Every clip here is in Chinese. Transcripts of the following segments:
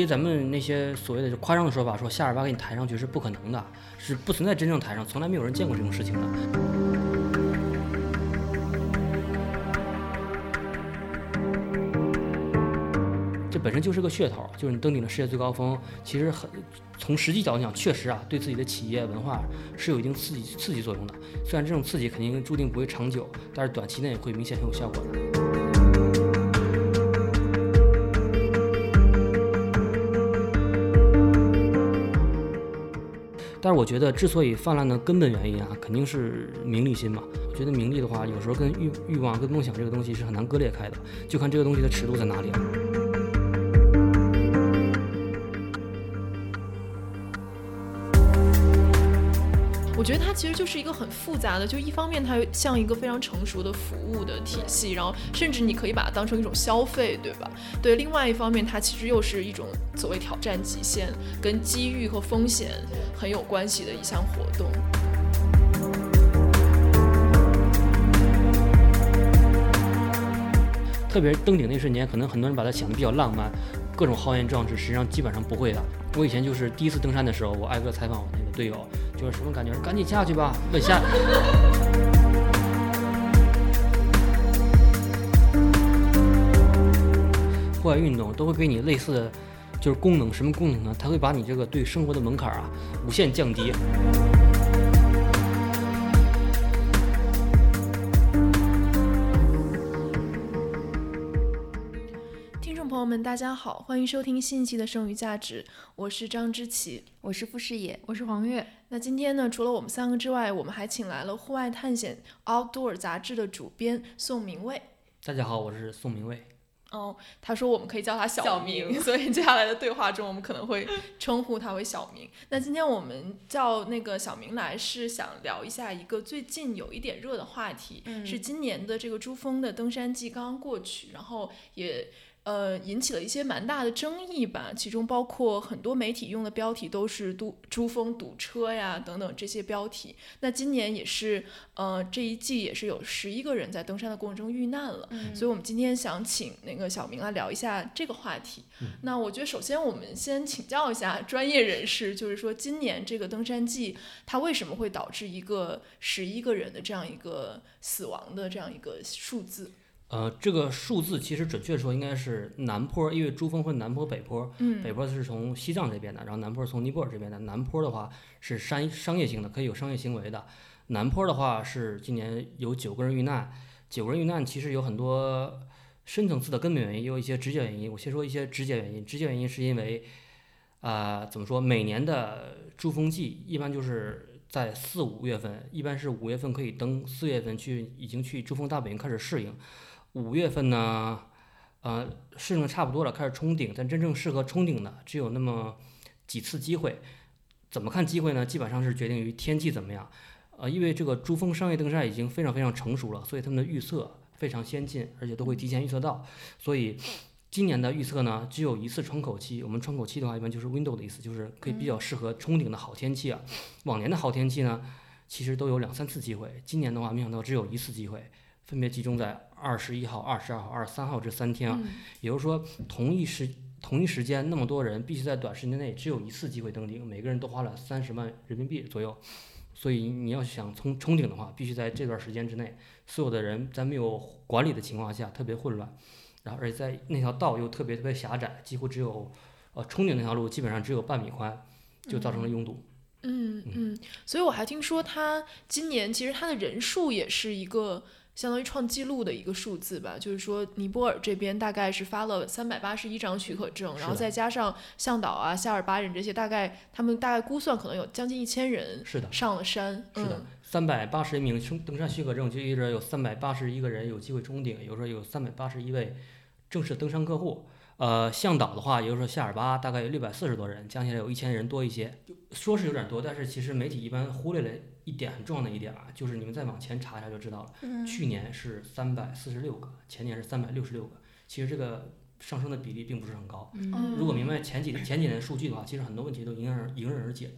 于咱们那些所谓的夸张的说法，说下尔巴给你抬上去是不可能的，是不存在真正抬上，从来没有人见过这种事情的。这本身就是个噱头，就是你登顶了世界最高峰，其实从实际角度讲，确实对自己的企业文化是有一定刺激作用的。虽然这种刺激肯定注定不会长久，但是短期内会明显很有效果的。但是我觉得，之所以泛滥的根本原因肯定是名利心嘛。我觉得名利的话，有时候跟欲望、跟梦想这个东西是很难割裂开的，就看这个东西的尺度在哪里了。 我觉得它其实就是一个很复杂的，就一方面它像一个非常成熟的服务的体系，然后甚至你可以把它当成一种消费，对吧？对，另外一方面它其实又是一种所谓挑战极限、跟机遇和风险很有关系的一项活动。 特别登顶那瞬间，可能很多人把它想的比较浪漫，各种豪言壮志，实际上基本上不会的。我以前就是第一次登山的时候，我挨个采访我那个队友，就是什么感觉，赶紧下去吧，稳下。户外运动都会给你类似的，就是功能，什么功能呢？它会把你这个对生活的门槛无限降低。 朋友们大家好，欢迎收听新一期的剩余价值，我是张之琪， 我是傅诗野，我是黄月。 那今天呢，除了我们三个之外，我们还请来了户外探险 Outdoor 杂志的主编宋明卫。 大家好，我是宋明卫。 他说我们可以叫他小明，所以接下来的对话中我们可能会称呼他为小明。那今天我们叫那个小明来是想聊一下一个最近有一点热的话题，是今年的这个珠峰的登山季刚刚过去，然后也引起了一些蛮大的争议吧，其中包括很多媒体用的标题都是珠峰堵车呀等等这些标题。那今年也是这一季也是有11个人在登山的过程中遇难了，所以我们今天想请那个小明来聊一下这个话题。那我觉得首先我们先请教一下专业人士，就是说今年这个登山季它为什么会导致一个11个人的这样一个死亡的这样一个数字？ 这个数字其实准确说应该是南坡，因为珠峰分南坡北坡，北坡是从西藏这边的，然后南坡是从尼泊尔这边的。南坡的话是商业性的，可以有商业行为的。南坡的话是今年有9个人遇难，9个人遇难其实有很多深层次的根本原因，也有一些直接原因。我先说一些直接原因，直接原因是因为怎么说，每年的珠峰季一般就是在4、5月份，一般是5月份可以登，4月份已经去珠峰大本营开始适应。5月份呢，适应的差不多了，开始冲顶，但真正适合冲顶的只有那么几次机会。怎么看机会呢？基本上是决定于天气怎么样。因为这个珠峰商业登山已经非常非常成熟了，所以他们的预测非常先进，而且都会提前预测到。所以今年的预测呢，只有一次窗口期。我们窗口期的话，一般就是 window 的意思，就是可以比较适合冲顶的好天气。往年的好天气呢，其实都有2、3次机会，今年的话，没想到只有1次机会。分别集中在21号、22号、23号这3天也就是说同一时间那么多人必须在短时间内只有1次机会登顶，每个人都花了30万人民币左右，所以你要想冲顶的话，必须在这段时间之内，所有的人在没有管理的情况下特别混乱，然后而且在那条道又特别狭窄，几乎只有冲顶那条路基本上只有半米宽，就造成了拥堵。 所以我还听说他今年其实他的人数也是一个相当于创纪录的一个数字吧，就是说尼泊尔这边大概是发了381张许可证，然后再加上向导啊、夏尔巴人这些，他们大概估算可能有将近1000人上了山。 是的，381名登山许可证就意味着有381个人有机会冲顶，也就是说有381位正式登山客户。向导的话，也就是说夏尔巴大概有640多人，加起来有1000人多一些，说是有点多，但是其实媒体一般忽略了一点很重要的一点就是你们再往前查一下就知道了。去年是346个，前年是366个，其实这个上升的比例并不是很高。如果明白前几年的数据的话，其实很多问题都迎刃而解。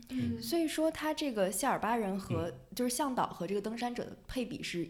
所以说它这个夏尔巴人和就是向导和这个登山者的配比是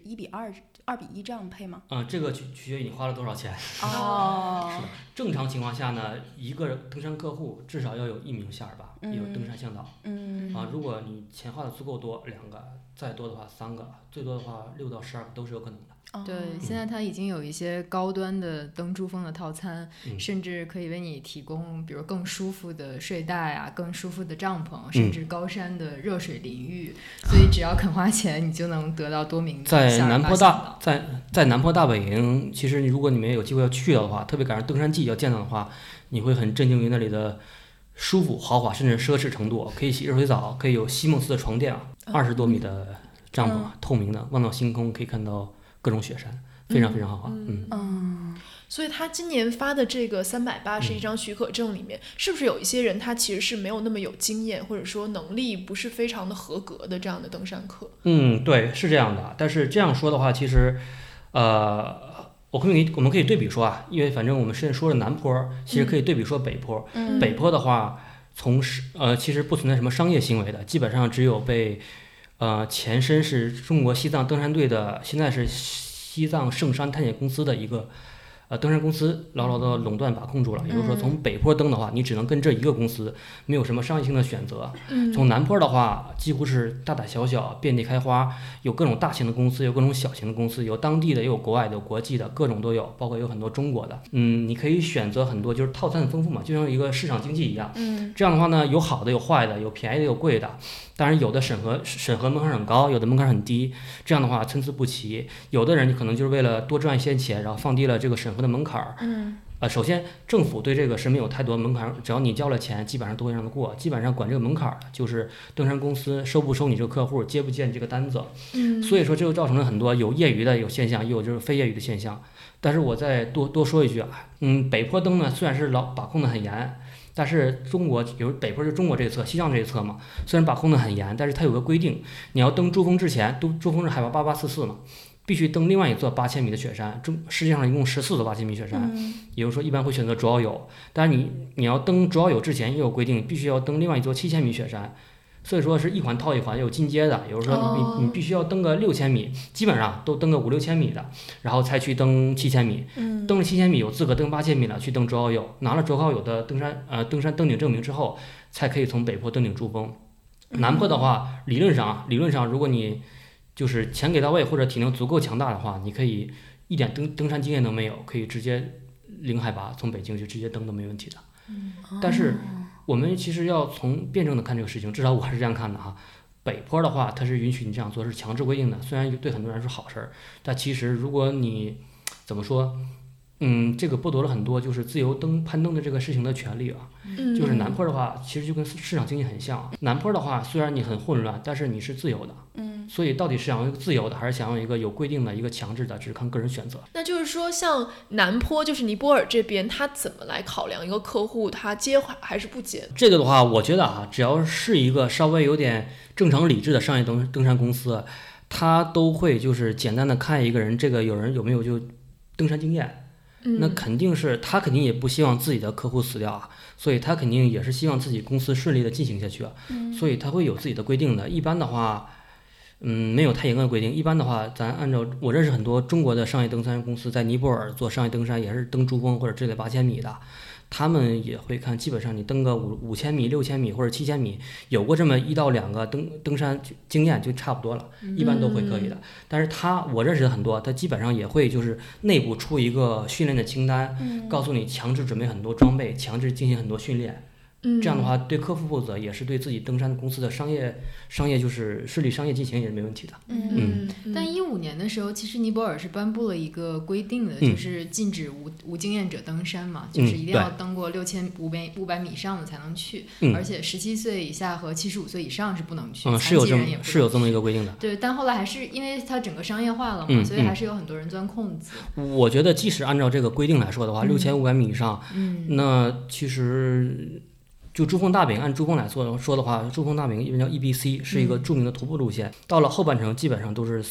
1:2:1这样配吗？ 这个取决于你花了多少钱。 哦， 是的，正常情况下呢，一个登山客户至少要有1名夏尔巴，有登山向导。如果你钱花的足够多，2个，再多的话3个，最多的话6到12个都是有可能的。 对，现在它已经有一些高端的登珠峰的套餐，甚至可以为你提供比如更舒服的睡袋啊，更舒服的帐篷，甚至高山的热水淋浴，所以只要肯花钱，你就能得到多名的在南坡大本营，其实如果你们有机会要去到的话，特别赶上登山季要见到的话，你会很震惊于那里的舒服、豪华，甚至奢侈程度。可以洗热水澡，可以有西梦思的床垫，20多米的帐篷，透明的，望到星空，可以看到各种雪山，非常非常豪华。 所以他今年发的这个381张许可证里面，是不是有一些人他其实是没有那么有经验，或者说能力不是非常的合格的这样的登山客？ 对，是这样的。但是这样说的话，其实我们可以对比说因为反正我们现在说的南坡，其实可以对比说北坡。北坡的话，其实不存在什么商业行为的，基本上只有被前身是中国西藏登山队的，现在是西藏圣山探险公司的一个登山公司牢牢的垄断把控住了。也就是说，从北坡登的话，你只能跟这一个公司，没有什么商业性的选择。从南坡的话，几乎是大大小小，遍地开花，有各种大型的公司，有各种小型的公司，有当地的，也有国外的，有国际的，各种都有，包括有很多中国的。你可以选择很多，就是套餐很丰富嘛，就像一个市场经济一样。这样的话呢，有好的，有坏的，有便宜的，有贵的。当然，有的审核门槛很高，有的门槛很低，这样的话参差不齐。有的人可能就是为了多赚一些钱，然后放低了这个审核的门槛。首先政府对这个是没有太多门槛，只要你交了钱，基本上都会让他过。基本上管这个门槛的就是登山公司收不收你这个客户，接不接你这个单子。所以说这就造成了很多有业余的有现象，也有就是非业余的现象。但是我再多说一句北坡登呢，虽然是把控的很严。但是中国有北坡，是中国这一侧，西藏这一侧嘛，虽然把控的很严，但是它有个规定，你要登珠峰之前，珠峰是海拔8844嘛，必须登另外一座8000米的雪山。世界上一共14座8000米雪山，也就是说一般会选择卓奥友，但是你要登卓奥友之前又有规定，必须要登另外一座7000米雪山。所以说是一环套一环，有进阶的，也就是说你必须要登个6000米，基本上都登个5、6千米的，然后才去登7000米。登了7000米有资格登8000米了，去登卓奥友，拿了卓奥友的登山登顶证明之后，才可以从北坡登顶珠峰。南坡的话，理论上如果你就是钱给到位或者体能足够强大的话，你可以一点登山经验都没有，可以直接零海拔从北京就直接登都没问题的。但是我们其实要从辩证的看这个事情，至少我是这样看的北坡的话，它是允许你这样做，是强制规定的，虽然对很多人是好事儿，但其实如果你怎么说，这个剥夺了很多就是自由攀登的这个事情的权利就是南坡的话，其实就跟市场经济很像。南坡的话，虽然你很混乱，但是你是自由的。所以到底是想要一个自由的，还是想要一个有规定的一个强制的，只是看个人选择。 那就是说，像南坡，就是尼泊尔这边，他怎么来考量一个客户他接还是不接？ 这个的话，我觉得只要是一个稍微有点正常理智的商业登山公司，他都会就是简单的看一个人，这个人有没有就登山经验。那肯定是他肯定也不希望自己的客户死掉所以他肯定也是希望自己公司顺利的进行下去所以他会有自己的规定的。一般的话没有太严格的规定。一般的话，咱按照我认识很多中国的商业登山公司，在尼泊尔做商业登山，也是登珠峰或者之类8000米的，他们也会看，基本上你登个5000米、6000米或者7000米，有过这么1到2个登山经验就差不多了，一般都会可以的。但是我认识的很多，他基本上也会就是内部出一个训练的清单，告诉你强制准备很多装备，强制进行很多训练。这样的话对客户负责，也是对自己登山公司的商业就是顺利商业进行也是没问题的。 但15年的时候，其实尼泊尔是颁布了一个规定的，就是禁止无经验者登山嘛，就是一定要登过6500米以上的才能去，而且17岁以下和75岁以上是不能去， 是有这么一个规定的。 对，但后来还是因为它整个商业化了嘛，所以还是有很多人钻空子。 我觉得即使按照这个规定来说的话，6500米以上，那其实就珠峰大本营，按珠峰来说的话，珠峰大本营一般叫 EBC， 是一个著名的徒步路线。到了后半程，基本上都是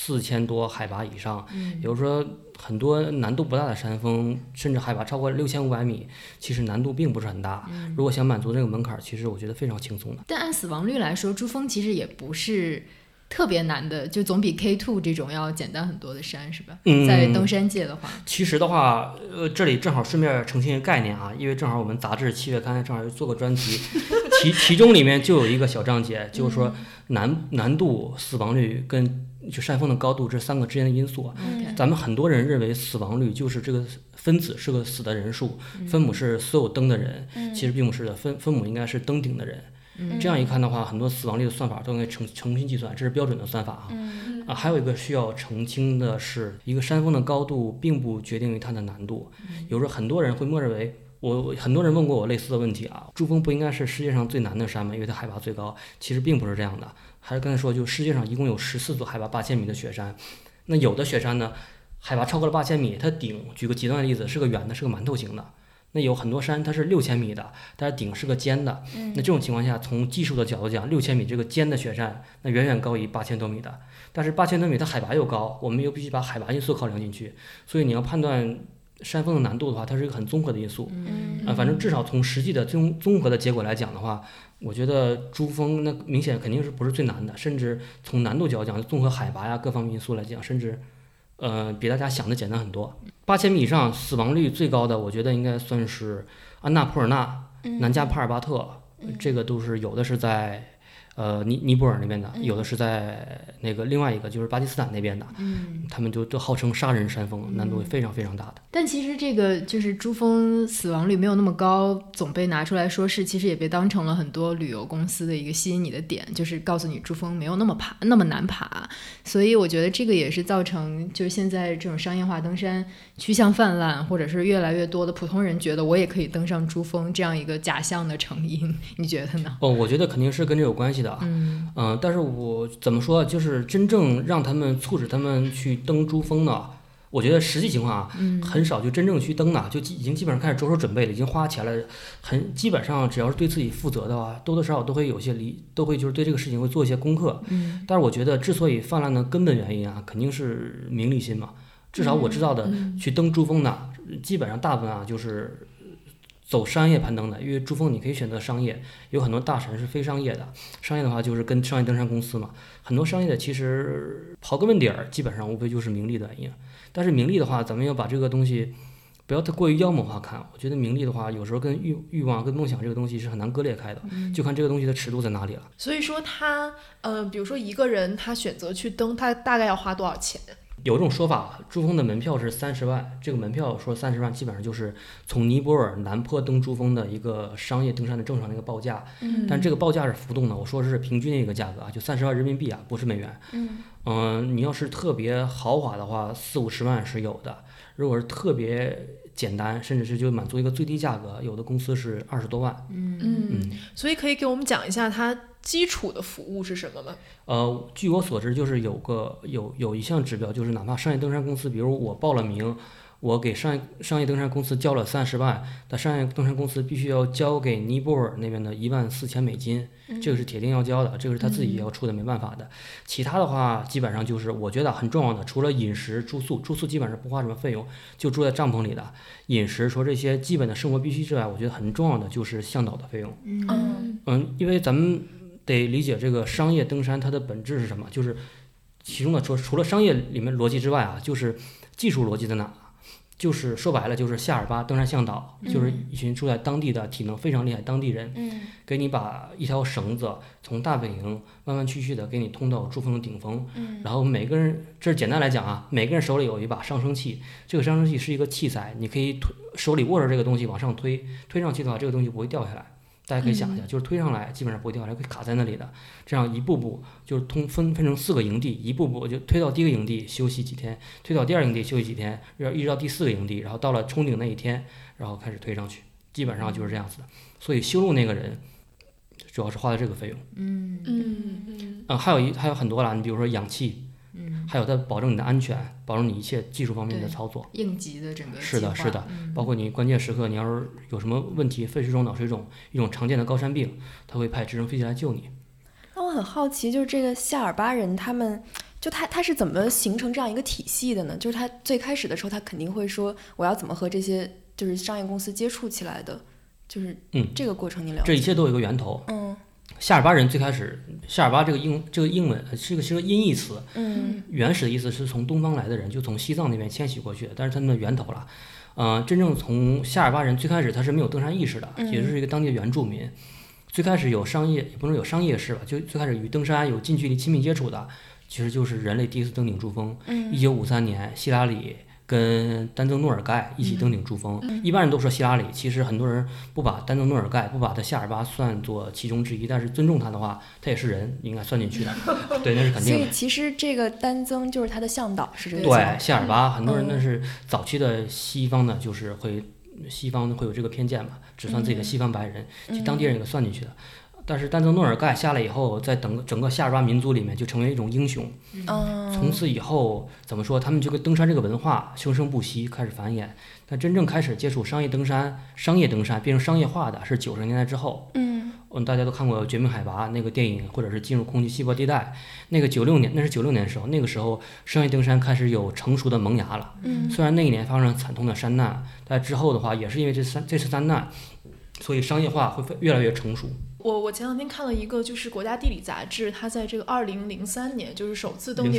4000多海拔以上，比如说很多难度不大的山峰，甚至海拔超过6500米，其实难度并不是很大。如果想满足这个门槛，其实我觉得非常轻松的。 但按死亡率来说，珠峰其实也不是特别难的，就总比 K2 这种要简单很多的山，是吧？在登山界的话， 其实的话，这里正好顺便澄清一个概念啊，因为正好我们杂志7月刊正好做个专题，其中里面就有一个小章节，就是说难度、死亡率跟就山峰的高度这3个之间的因素。咱们很多人认为死亡率就是这个分子是个死的人数，分母是所有登的人，其实并不是的，分母应该是登顶的人。这样一看的话，很多死亡率的算法都应该重新计算，这是标准的算法啊。还有一个需要澄清的是，一个山峰的高度并不决定于它的难度。有时候很多人会默认为，很多人问过我类似的问题啊，珠峰不应该是世界上最难的山吗？因为它海拔最高。其实并不是这样的。还是刚才说，就世界上一共有14座海拔8000米的雪山，那有的雪山呢，海拔超过了8000米，它顶，举个极端的例子，是个圆的，是个馒头形的。那有很多山它是6000米的，但是顶是个尖的。那这种情况下，从技术的角度讲，6000米这个尖的雪山，那远远高于8000多米的。但是8000多米它海拔又高，我们又必须把海拔因素考量进去，所以你要判断山峰的难度的话，它是一个很综合的因素。反正至少从实际的综合的结果来讲的话，我觉得珠峰那明显肯定是不是最难的，甚至从难度角度讲，综合海拔呀各方面因素来讲，甚至比大家想的简单很多。8000米以上死亡率最高的，我觉得应该算是安纳普尔纳、南加帕尔巴特，这个都是有的是在尼泊尔那边的，有的是在那个另外一个就是巴基斯坦那边的，他们就都号称杀人山峰，难度非常非常大的。 但其实这个就是珠峰死亡率没有那么高，总被拿出来说是，其实也被当成了很多旅游公司的一个吸引你的点，就是告诉你珠峰没有那么难爬。所以我觉得这个也是造成就是现在这种商业化登山趋向泛滥，或者是越来越多的普通人觉得我也可以登上珠峰这样一个假象的成因，你觉得呢？ 我觉得肯定是跟这有关系的。但是我怎么说，就是真正让他们促使他们去登珠峰呢？我觉得实际情况啊，很少就真正去登的，就已经基本上开始着手准备了，已经花钱了，基本上只要是对自己负责的话，多多少少都会有些都会就是对这个事情会做一些功课。但是我觉得之所以泛滥的根本原因啊，肯定是名利心嘛。至少我知道的，去登珠峰的，基本上大部分啊就是走商业攀登的，因为珠峰你可以选择商业，有很多大神是非商业的。商业的话就是跟商业登山公司嘛，很多商业的其实刨个问底儿，基本上无非就是名利的原因。但是名利的话，咱们要把这个东西不要太过于妖魔化看。我觉得名利的话，有时候跟欲望、跟梦想这个东西是很难割裂开的，就看这个东西的尺度在哪里了。 所以说他，比如说一个人他选择去登，他大概要花多少钱？ 有一种说法，珠峰的门票是30万，这个门票说30万，基本上就是从尼泊尔南坡登珠峰的一个商业登山的正常的一个报价。但这个报价是浮动的，我说的是平均的一个价格啊，就30万人民币啊，不是美元。你要是特别豪华的话，40-50万是有的。如果是特别简单，甚至是就满足一个最低价格，有的公司是20多万。 所以可以给我们讲一下它基础的服务是什么吗？ 据我所知，就是有一项指标，就是哪怕商业登山公司，比如我报了名，我给商业登山公司交了30万，但商业登山公司必须要交给尼泊尔那边的14000美金，这个是铁定要交的，这个是他自己也要出的，没办法的。其他的话，基本上就是我觉得很重要的，除了饮食、住宿基本上不花什么费用，就住在帐篷里的。饮食除了这些基本的生活必须之外，我觉得很重要的就是向导的费用。因为咱们得理解这个商业登山它的本质是什么，就是其中的除了商业里面逻辑之外啊，就是技术逻辑在哪？就是说白了就是夏尔巴登山向导，就是一群住在当地的体能非常厉害当地人，给你把一条绳子从大本营弯弯曲曲的给你通到珠峰的顶峰，然后每个人，这是简单来讲啊，每个人手里有一把上升器，这个上升器是一个器材，你可以手里握着这个东西往上推上去的话，这个东西不会掉下来。大家可以想一下，就是推上来基本上不会掉下来，会卡在那里的。这样一步步就是分成4个营地，一步步就推到第1个营地休息几天，推到第2个营地休息几天，一直到第4个营地，然后到了冲顶那一天，然后开始推上去，基本上就是这样子的。所以修路那个人主要是花的这个费用。还有很多啦，你比如说氧气。还有它保证你的安全，保证你一切技术方面的操作， 应急的整个是的，包括你关键时刻，你要是有什么问题，肺水肿、脑水肿，一种常见的高山病，他会派直升飞机来救你。 那我很好奇，就是这个夏尔巴人他们就他是怎么形成这样一个体系的呢？就是他最开始的时候，他肯定会说我要怎么和这些就是商业公司接触起来的，就是这个过程你了解？ 这一切都有一个源头。夏尔巴人最开始，夏尔巴这个英文是个音译词，原始的意思是从东方来的人，就从西藏那边迁徙过去的，但是他们的源头了。真正从夏尔巴人最开始他是没有登山意识的，也就是一个当地的原住民。最开始有商业，也不能有商业式吧，就最开始与登山有近距离亲密接触的，其实就是人类第一次登顶珠峰。1953年，希拉里跟丹增诺尔盖一起登顶珠峰。一般人都说希拉里，其实很多人不把丹增诺尔盖、不把他夏尔巴算作其中之一，但是尊重他的话，他也是人，应该算进去的。对，那是肯定的。 所以其实这个丹增就是他的向导，是这个意思。 对，夏尔巴很多人那是早期的西方呢，就是西方会有这个偏见嘛，只算自己的西方白人，其实当地人也给算进去的。但是丹增诺尔盖下来以后，在整个夏尔巴民族里面就成为一种英雄。从此以后怎么说，他们这个登山这个文化生生不息，开始繁衍。但真正开始接触商业登山变成商业化的是90年代之后。大家都看过《绝命海拔》那个电影，或者是进入空气稀薄地带，那是96年的时候，那个时候商业登山开始有成熟的萌芽了。虽然那一年发生了惨痛的山难，但之后的话也是因为这次山难，所以商业化会越来越成熟。 我前两天看了一个，就是国家地理杂志，它在这个2003年，就是首次登顶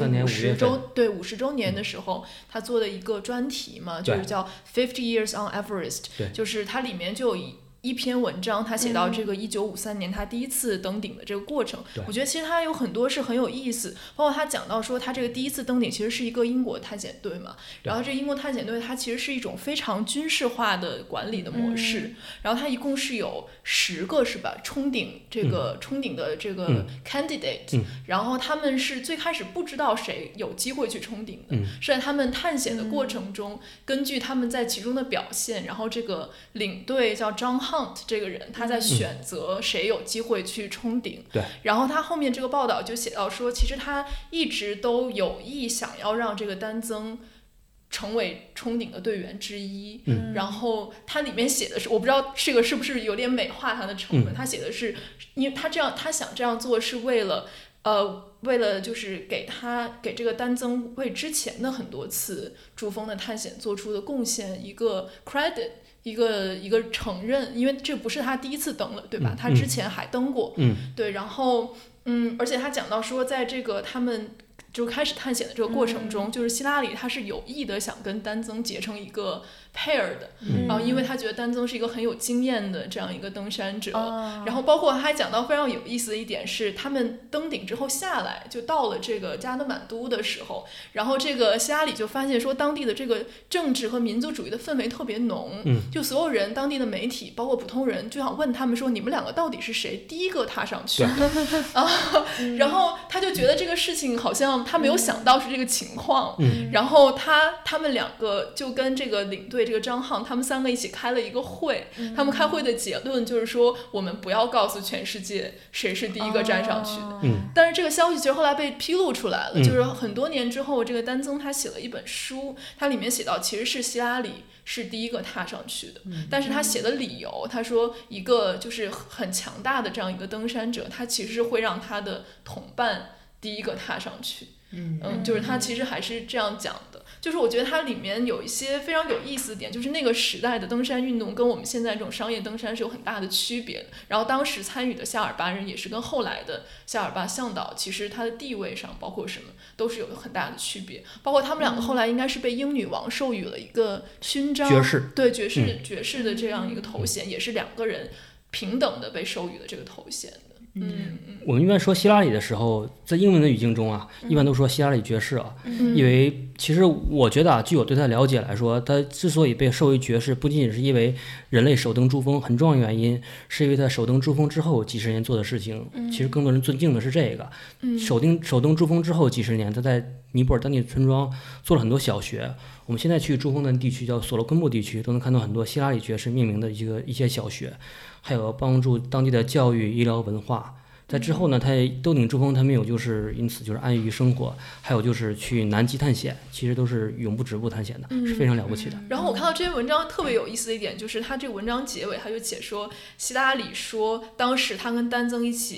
50周年的时候，它做的一个专题嘛，就是叫50 Years on Everest，就是它里面就有一篇文章，他写到这个1953年他第一次登顶的这个过程。我觉得其实他有很多是很有意思，包括他讲到说他这个第一次登顶其实是一个英国探险队嘛，然后这个英国探险队它其实是一种非常军事化的管理的模式，然后它一共是有10个是吧冲顶的这个 candidate，然后他们是最开始不知道谁有机会去冲顶的，是在他们探险的过程中，根据他们在其中的表现，然后这个领队叫张Hunt 这个人，他在选择谁有机会去冲顶。然后他后面这个报道就写到说，其实他一直都有意想要让这个丹增成为冲顶的队员之一。然后他里面写的是，我不知道这个是不是有点美化他的成分，他写的是，因为他想这样做是为了就是给这个丹增为之前的很多次珠峰的探险做出的贡献一个 credit。一个承认，因为这不是他第一次登了，对吧？他之前还登过，对。然后，而且他讲到说，在这个他们就开始探险的这个过程中，就是希拉里他是有意的想跟丹增结成一个 pair 的，然后因为他觉得丹增是一个很有经验的这样一个登山者，然后包括他还讲到非常有意思的一点是，他们登顶之后下来就到了这个加德满都的时候，然后这个希拉里就发现说，当地的这个政治和民族主义的氛围特别浓，就所有人、当地的媒体，包括普通人，就想问他们说，你们两个到底是谁第一个踏上去？然后他就觉得这个事情好像他没有想到是这个情况，然后他们两个就跟这个领队这个张航他们3个一起开了一个会，他们开会的结论就是说，我们不要告诉全世界谁是第一个站上去的。但是这个消息其实后来被披露出来了，就是很多年之后，这个丹增他写了一本书，他里面写到其实是希拉里是第一个踏上去的，但是他写的理由，他说一个就是很强大的这样一个登山者，他其实是会让他的同伴第一个踏上去。就是他其实还是这样讲的，就是我觉得它里面有一些非常有意思的点，就是那个时代的登山运动跟我们现在这种商业登山是有很大的区别的。然后当时参与的夏尔巴人也是跟后来的夏尔巴向导，其实他的地位上包括什么都是有很大的区别。包括他们两个后来应该是被英女王授予了一个勋章，爵士的这样一个头衔，也是2个人平等的被授予了这个头衔的。 我们一般说希拉里的时候，在英文的语境中啊，一般都说希拉里爵士啊，因为其实我觉得啊，据我对他了解来说，他之所以被授为爵士，不仅仅是因为人类首登珠峰，很重要的原因是因为他首登珠峰之后几十年做的事情，其实更多人尊敬的是这个。首登珠峰之后几十年，他在尼泊尔当地的村庄做了很多小学。我们现在去珠峰的地区叫索罗昆布地区，都能看到很多希拉里爵士命名的一些小学，还有帮助当地的教育、医疗、文化。在之后呢，他登顶珠峰，他没有因此就是安于生活，还有就是去南极探险，其实都是永不止步探险的，是非常了不起的。 然后我看到这篇文章特别有意思的一点，就是他这个文章结尾他就写说，希拉里说当时他跟丹增一起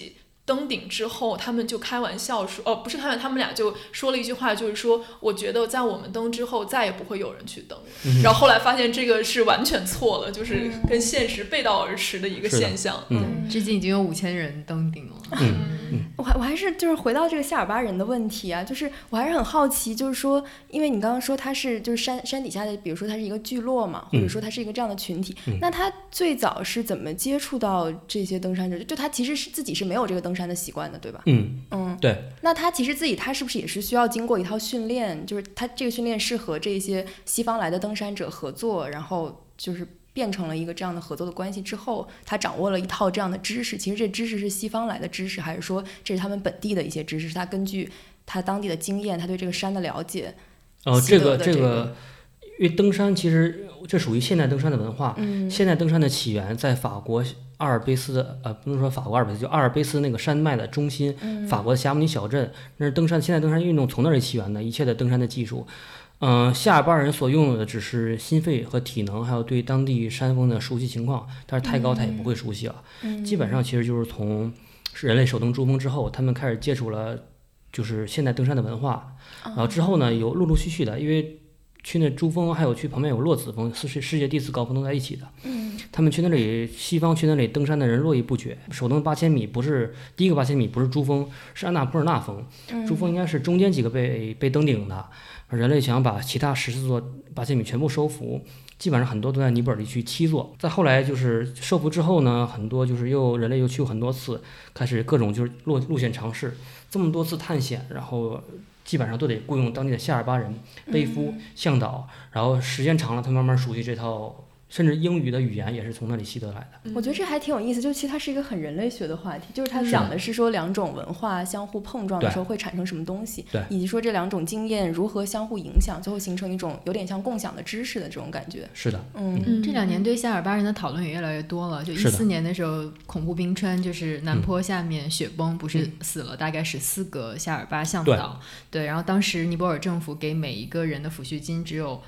登顶之后，他们就开玩笑说，不是开玩笑，他们俩就说了一句话，就是说，我觉得在我们登之后，再也不会有人去登。然后后来发现这个是完全错了，就是跟现实背道而驰的一个现象。 至今已经有5000人登顶了。 我还是就是回到这个夏尔巴人的问题啊，就是我还是很好奇，就是说，因为你刚刚说它是就是山底下的，比如说它是一个聚落嘛，或者说它是一个这样的群体，那它最早是怎么接触到这些登山者？就他其实是自己是没有这个登山的习惯的，对吧？ 对。 那他其实自己他是不是也是需要经过一套训练？就是他这个训练是和这些西方来的登山者合作，然后就是变成了一个这样的合作的关系之后，他掌握了一套这样的知识。其实这知识是西方来的知识，还是说这是他们本地的一些知识？是他根据他当地的经验，他对这个山的了解。 这个，因为登山其实这属于现代登山的文化。现代登山的起源在法国阿尔卑斯的不能说法国阿尔卑斯，就阿尔卑斯那个山脉的中心，法国的霞慕尼小镇，那是现代登山运动从那里起源的，一切的登山的技术。夏尔巴人所拥有的只是心肺和体能，还有对当地山峰的熟悉情况，但是太高他也不会熟悉了。基本上其实就是从人类首登珠峰之后，他们开始接触了就是现代登山的文化，然后之后呢有陆陆续续的，因为去那珠峰还有去旁边有洛子峰，世界第4高峰都在一起的。他们去那里，西方去那里登山的人络绎不绝。首登8000米不是第一个8000米，不是珠峰，是安纳普尔纳峰。珠峰应该是中间几个被登顶的。人类想把其他14座8000米全部收服，基本上很多都在尼泊尔地区7座。再后来就是收服之后呢，很多就是人类又去过很多次，开始各种就是路线尝试，这么多次探险，然后基本上都得雇佣当地的夏尔巴人背夫向导，然后时间长了，他慢慢熟悉这套。甚至英语的语言也是从那里习得来的。 我觉得这还挺有意思，就其实它是一个很人类学的话题，就是它讲的是说两种文化相互碰撞的时候会产生什么东西，以及说这两种经验如何相互影响，最后形成一种有点像共享的知识的这种感觉。 是的， 这2年对夏尔巴人的讨论也越来越多了。就14年的时候，恐怖冰川就是南坡下面雪崩，不是死了大概14个夏尔巴向导。对，然后当时尼泊尔政府给每一个人的抚恤金只有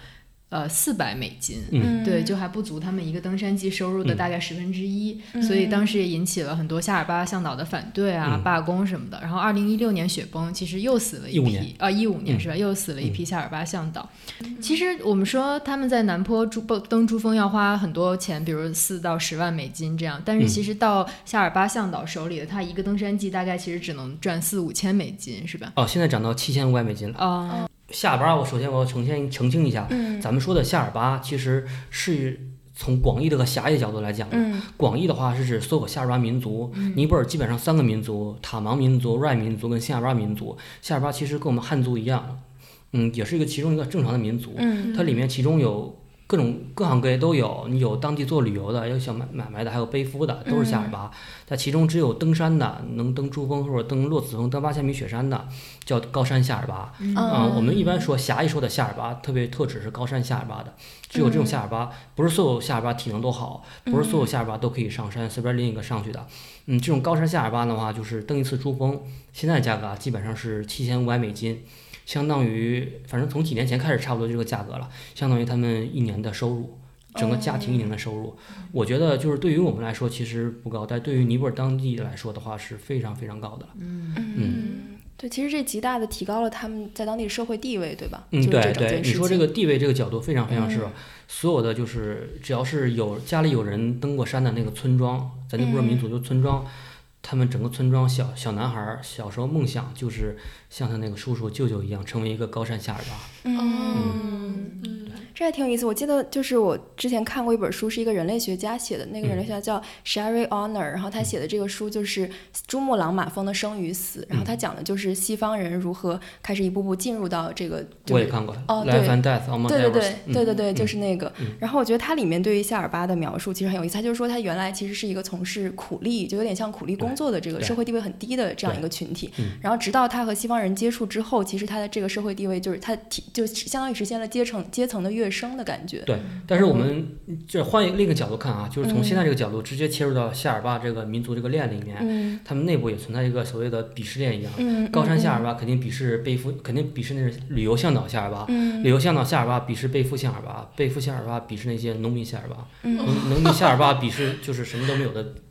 $400，对，就还不足他们一个登山季收入的大概1/10，所以当时也引起了很多夏尔巴向导的反对啊、罢工什么的。然后2016年雪崩，其实又死了一批，15年是吧？又死了一批夏尔巴向导。其实我们说他们在南坡登珠峰要花很多钱，比如$4到10万这样，但是其实到夏尔巴向导手里的，他一个登山季大概其实只能赚4-5千，是吧？ 现在涨到$7500了。夏尔巴，首先我要澄清一下，咱们说的夏尔巴其实是从广义的和狭义角度来讲的。广义的话是指所有夏尔巴民族，尼泊尔基本上3个民族：塔芒民族、瑞民族跟夏尔巴民族。夏尔巴其实跟我们汉族一样，也是其中一个正常的民族。它里面其中有各行各业都有，你有当地做旅游的，有小买卖的，还有背夫的，都是夏尔巴。在其中只有登山的，能登珠峰或者登洛子峰、登8000米雪山的，叫高山夏尔巴。我们一般说狭义说的夏尔巴，特指是高山夏尔巴的。只有这种夏尔巴，不是所有夏尔巴体能都好，不是所有夏尔巴都可以上山，随便拎一个上去的。这种高山夏尔巴的话，就是登一次珠峰，现在价格基本上是$7500。相当于，反正从几年前开始，差不多这个价格了，相当于他们1年的收入，整个家庭1年的收入。我觉得就是对于我们来说其实不高，但对于尼泊尔当地来说的话是非常非常高的了。 对，其实这极大的提高了他们在当地社会地位，对吧？ 对，你说这个地位这个角度非常非常是，所有的就是只要是家里有人登过山的那个村庄，咱就不说民族，就村庄。他们整个村庄小男孩小时候梦想就是像他那个叔叔舅舅一样成为一个高山夏尔巴。 这还挺有意思。我记得就是我之前看过一本书，是一个人类学家写的，那个人类学家叫 Sherry Honor， 然后他写的这个书就是珠穆朗玛峰的生与死，然后他讲的就是西方人如何开始一步步进入到这个， 我也看过Life and Death on Mount Everest。 对，就是那个。然后我觉得它里面对于夏尔巴的描述其实很有意思，他就是说他原来其实是一个从事苦力，就有点像苦力工作的这个社会地位很低的这样一个群体，然后直到他和西方人接触之后，其实他的这个社会地位就是他就相当于实现了阶层的跃升的感觉。 对，但是我们这换另一个角度看啊，就是从现在这个角度直接切入到夏尔巴这个民族这个链里面，他们内部也存在一个所谓的鄙视链一样。高山夏尔巴肯定鄙视背夫，肯定鄙视那是旅游向导夏尔巴，旅游向导夏尔巴鄙视背夫夏尔巴，背夫夏尔巴鄙视那些农民夏尔巴，农民夏尔巴鄙视就是什么都没有的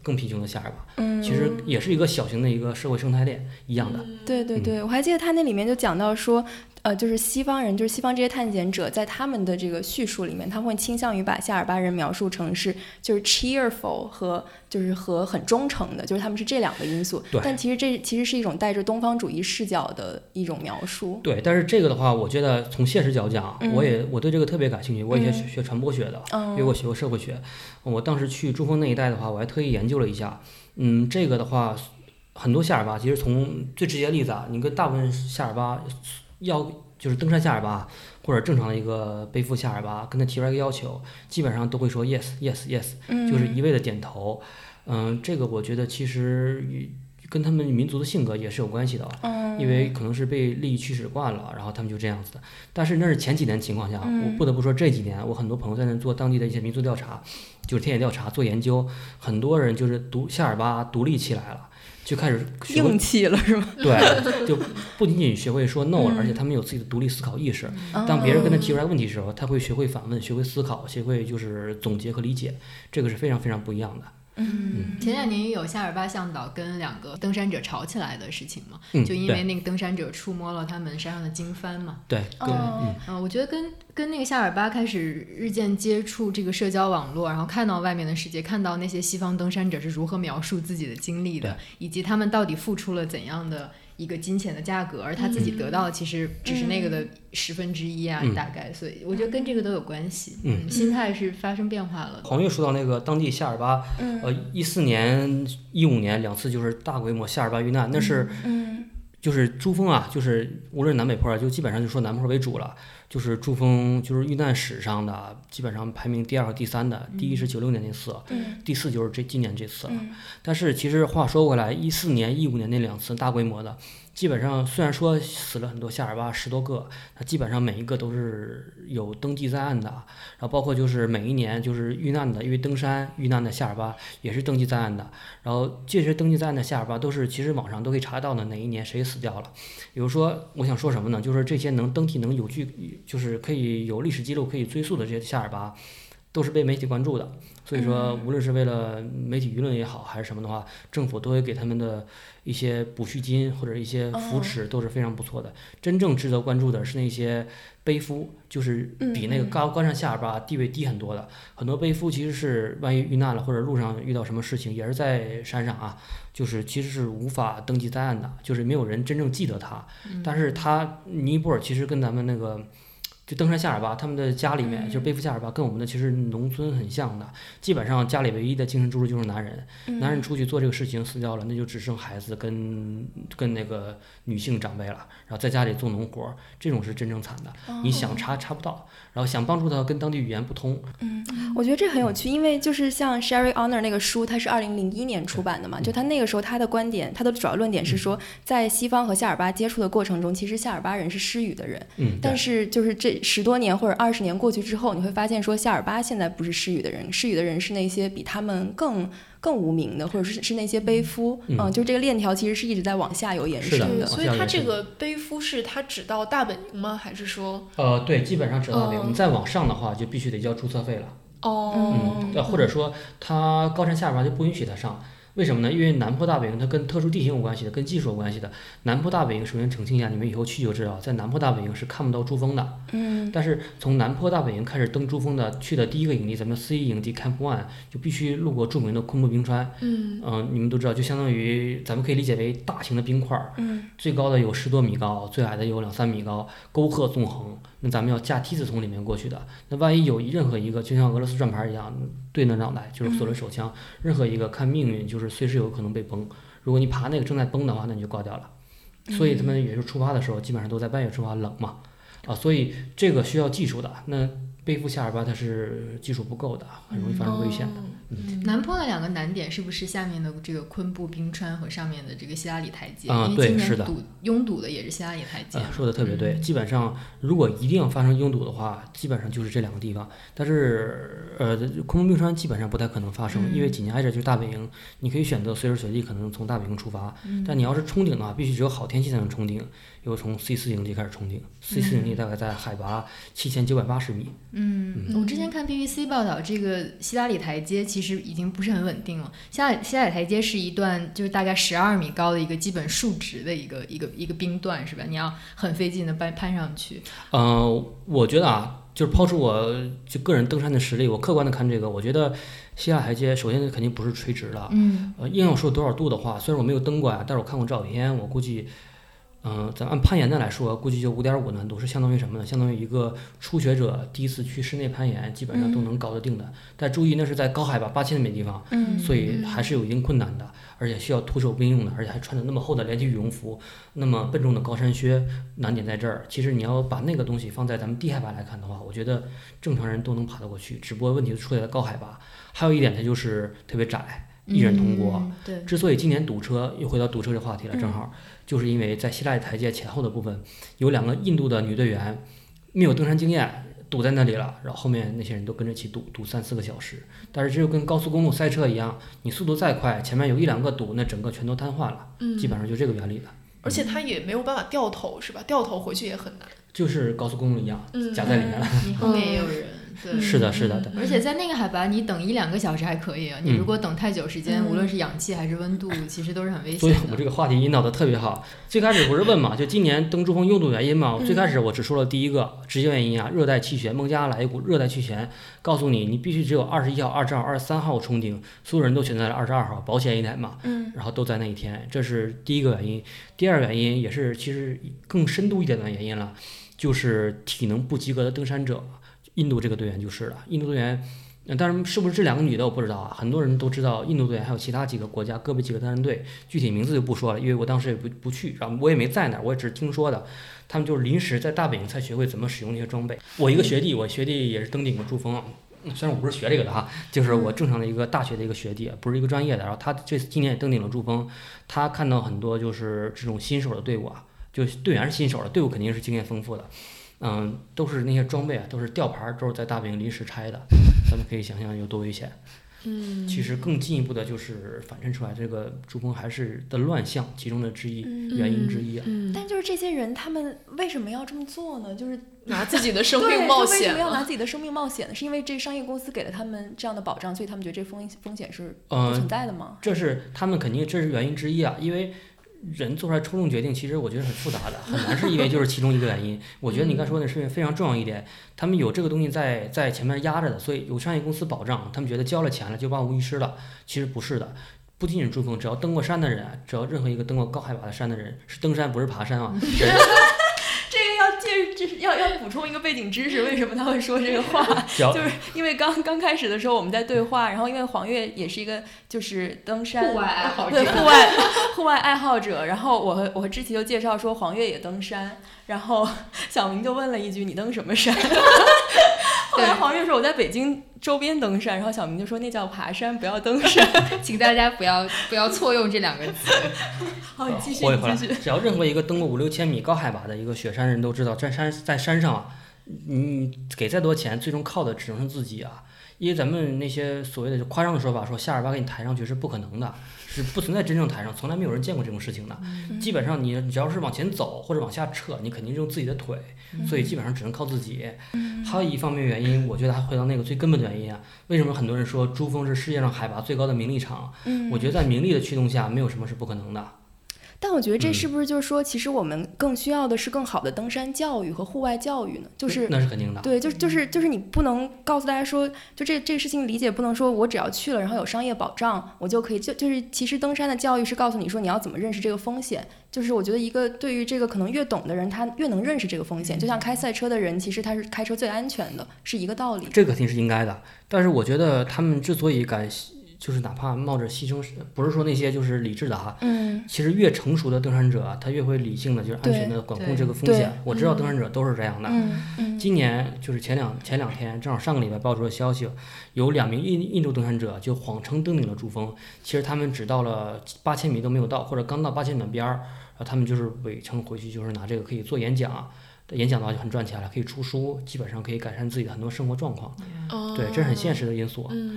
更贫穷的夏尔巴，其实也是一个小型的一个社会生态链一样的。 对对对，我还记得他那里面就讲到说，就是西方人，就是西方这些探险者，在他们的这个叙述里面，他会倾向于把夏尔巴人描述成是就是 cheerful 和很忠诚的，就是他们是这两个因素。但其实这其实是一种带着东方主义视角的一种描述。 对，但是这个的话，我觉得从现实角度讲，我对这个特别感兴趣。我以前学传播学的，因为我学过社会学。我当时去珠峰那一带的话，我还特意研究了一下。这个的话，很多夏尔巴其实从最直接的例子啊，你跟大部分夏尔巴就是登山夏尔巴或者正常的一个背负夏尔巴，跟他提出来一个要求，基本上都会说 yes yes yes，就是一味的点头。这个我觉得其实跟他们民族的性格也是有关系的，因为可能是被利益驱使惯了，然后他们就这样子的。但是那是前几年情况下，我不得不说这几年我很多朋友在那做当地的一些民族调查，就是田野调查做研究，很多人就是夏尔巴独立起来了。就开始硬气了是吗？ 对，就不仅仅学会说 no 了，而且他们有自己的独立思考意识。当别人跟他提出来问题的时候，他会学会反问，学会思考，学会就是总结和理解，这个是非常非常不一样的。 前2年也有夏尔巴向导跟2个登山者吵起来的事情嘛，就因为那个登山者触摸了他们山上的经幡嘛。 对， 我觉得跟那个夏尔巴开始日渐接触这个社交网络，然后看到外面的世界，看到那些西方登山者是如何描述自己的经历的，以及他们到底付出了怎样的一个金钱的价格，而他自己得到的其实只是那个的1/10啊，大概。所以我觉得跟这个都有关系。心态是发生变化了。 黄月说到那个当地夏尔巴，14年、15年2次就是大规模夏尔巴遇难，那是就是珠峰啊，就是无论南北坡啊，就基本上就说南坡为主了。就是珠峰就是遇难史上的基本上排名第2和第3的，第1是96年那次，第4就是今年这次了。但是其实话说回来，14年、15年那2次大规模的，基本上虽然说死了很多夏尔巴10多个，它基本上每一个都是有登记在案的，然后包括就是每一年就是遇难的，因为登山遇难的夏尔巴也是登记在案的，然后这些登记在案的夏尔巴都是其实网上都可以查到的哪一年谁死掉了。比如说我想说什么呢，就是这些能登记能有据就是可以有历史记录可以追溯的这些夏尔巴都是被媒体关注的，所以说无论是为了媒体舆论也好还是什么的话，政府都会给他们的一些补恤金或者一些扶持都是非常不错的。真正值得关注的是那些背夫，就是比那个高山夏尔巴地位低很多的，很多背夫其实是万一遇难了或者路上遇到什么事情也是在山上啊，就是其实是无法登记在案的，就是没有人真正记得他。但是尼泊尔其实跟咱们那个就登山夏尔巴他们的家里面，就是背负夏尔巴跟我们的其实农村很像的，基本上家里唯一的精神支柱就是男人，男人出去做这个事情死掉了，那就只剩孩子跟那个女性长辈了，然后在家里做农活，这种是真正惨的，你想查不到，然后想帮助他跟当地语言不通。 我觉得这很有趣，因为就是像 Sherry Honor 那个书，它是2001年出版的嘛，就他那个时候他的观点，他的主要论点是说，在西方和夏尔巴接触的过程中，其实夏尔巴人是失语的人，但是就是这10多年或者20年过去之后，你会发现说夏尔巴现在不是失语的人，失语的人是那些比他们更无名的，或者是那些背夫。就这个链条其实是一直在往下有延伸的。 所以他这个背夫是他只到大本营吗？还是说？ 对，基本上只到大本营。你再往上的话，就必须得交注册费了。或者说他高山夏尔巴就不允许他上。为什么呢？因为南坡大本营它跟特殊地形有关系的，跟技术有关系的。南坡大本营首先澄清一下，你们以后去就知道，在南坡大本营是看不到珠峰的。但是从南坡大本营开始登珠峰的，去的第一个营地，咱们C营地 Camp One 就必须路过著名的昆布冰川。你们都知道，就相当于咱们可以理解为大型的冰块。最高的有10多米高，最矮的有2、3米高，沟壑纵横。那咱们要架梯子从里面过去的。那万一有任何一个就像俄罗斯转盘一样对着脑袋，就是左轮手枪，任何一个看命运就是随时有可能被崩。如果你爬那个正在崩的话，那你就挂掉了。所以他们也是出发的时候，基本上都在半夜出发，冷嘛，所以这个需要技术的。那背负夏尔巴它是技术不够的，很容易发生危险的。 南坡的2个难点是不是下面的这个昆布冰川和上面的这个希拉里台阶？因为今年拥堵的也是希拉里台阶。 说的特别对，基本上如果一定要发生拥堵的话，基本上就是这2个地方。但是昆布冰川基本上不太可能发生，因为紧挨着就是大本营，你可以选择随时随地可能从大本营出发。但你要是冲顶的话，必须只有好天气才能冲顶，又从 C4 营地开始冲顶。C4 营地大概在海拔7980米， 我之前看 BBC 报道，这个希拉里台阶其实已经不是很稳定了。希拉里台阶是一段就是大概12米高的一个基本竖直的一个冰段，是吧？你要很费劲的攀上去。 我觉得啊，就是抛出我就个人登山的实力，我客观的看这个，我觉得希拉台阶首先肯定不是垂直的。硬要说多少度的话，虽然我没有登过啊，但是我看过照片，我估计。咱按攀岩的来说，估计就5.5难度，是相当于什么呢？相当于一个初学者第一次去室内攀岩，基本上都能搞得定的。但注意，那是在高海拔8000米地方，所以还是有一定困难的，而且需要徒手并用的，而且还穿着那么厚的连体羽绒服，那么笨重的高山靴，难点在这儿。其实你要把那个东西放在咱们低海拔来看的话，我觉得正常人都能爬得过去，只不过问题出在高海拔。还有一点，它就是特别窄。一人通过。 对， 之所以今年堵车，又回到堵车这话题了，正好就是因为在希拉里台阶前后的部分，有2个印度的女队员没有登山经验，堵在那里了，然后后面那些人都跟着一起堵3-4个小时。但是这就跟高速公路塞车一样，你速度再快，前面有1-2个堵，那整个全都瘫痪了。基本上就这个原理的。 而且它也没有办法掉头，是吧？掉头回去也很难。 就是高速公路一样，夹在里面了。 你后面也有人。对， 是的，是的， 而且在那个海拔，你等1-2个小时还可以啊。你如果等太久时间，无论是氧气还是温度，其实都是很危险的。 所以我这个话题引导的特别好。最开始不是问嘛，就今年登珠峰拥堵原因嘛。最开始我只说了第一个直接原因啊，热带气旋，孟加拉来一股热带气旋，告诉你必须只有21号、22号、23号冲顶，所有人都选择了22号，保险一点嘛。然后都在那一天，这是第一个原因。第二个原因也是其实更深度一点的原因了，就是体能不及格的登山者。印度这个队员就是了，印度队员，当然是不是这2个女的我不知道啊。很多人都知道印度队员还有其他几个国家个别几个登山队，具体名字就不说了，因为我当时也不去，然后我也没在那儿，我也只是听说的。他们就是临时在大本营才学会怎么使用那些装备。我学弟也是登顶过珠峰，虽然我不是学这个的哈，就是我正常的一个大学的一个学弟，不是一个专业的。然后他今年也登顶了珠峰，他看到很多就是这种新手的队伍啊，就队员是新手的，队伍肯定是经验丰富的。都是那些装备啊，都是吊牌，都是在大本营临时拆的，咱们可以想象有多危险。其实更进一步的就是反衬出来这个珠峰还是的乱象其中的原因之一啊。 但就是这些人，他们为什么要这么做呢？就是拿自己的生命冒险。 为什么要拿自己的生命冒险呢？是因为这商业公司给了他们这样的保障，所以他们觉得这风险是不存在的吗？ 这是他们肯定这是原因之一啊，因为。人做出来冲动决定，其实我觉得很复杂的，很难是因为就是其中一个原因。我觉得你刚才说的是非常重要一点，他们有这个东西在前面压着的，所以有商业公司保障，他们觉得交了钱了就万无一失了。其实不是的，不仅仅珠峰，只要登过山的人，只要任何一个登过高海拔的山的人，是登山不是爬山啊。 要补充一个背景知识，为什么他会说这个话？就是因为刚开始的时候我们在对话，然后因为黄月也是一个就是登山户外爱好者， 对户外爱好者，然后我和知琪就介绍说黄月也登山，然后小明就问了一句你登什么山？后来黄月说我在北京周边登山，然后小明就说那叫爬山，不要登山。 请大家不要错用这2个词。 好，你继续。 只要任何一个登过5-6千米高海拔的一个雪山人都知道，在山上啊，你给再多钱，最终靠的只能是自己啊。因为咱们那些所谓的夸张的说法，说下200给你抬上去是不可能的，是不存在真正抬上，从来没有人见过这种事情的。基本上你只要是往前走或者往下撤，你肯定用自己的腿，所以基本上只能靠自己。还有一方面原因，我觉得还回到那个最根本的原因啊，为什么很多人说珠峰是世界上海拔最高的名利场？我觉得在名利的驱动下，没有什么是不可能的。 但我觉得这是不是就是说，其实我们更需要的是更好的登山教育和户外教育呢？就是那是肯定的。 对，就是你不能告诉大家说，就这个事情理解不能说我只要去了，然后有商业保障，我就可以就是其实登山的教育是告诉你说你要怎么认识这个风险。就是我觉得一个对于这个可能越懂的人，他越能认识这个风险。就像开赛车的人，其实他是开车最安全的，是一个道理。 这个肯定是应该的，但是我觉得他们之所以敢。就是哪怕冒着牺牲，不是说那些就是理智的哈，其实越成熟的登山者，他越会理性的，就是安全的管控这个风险。我知道登山者都是这样的。今年就是前两天，正好上个礼拜爆出了消息，有2名印度登山者就谎称登顶了珠峰，其实他们只到了8000米都没有到，或者刚到8000米边儿，然后他们就是伪称回去就是拿这个可以做演讲。演讲的话就很赚钱了，可以出书，基本上可以改善自己的很多生活状况。对，这是很现实的因素。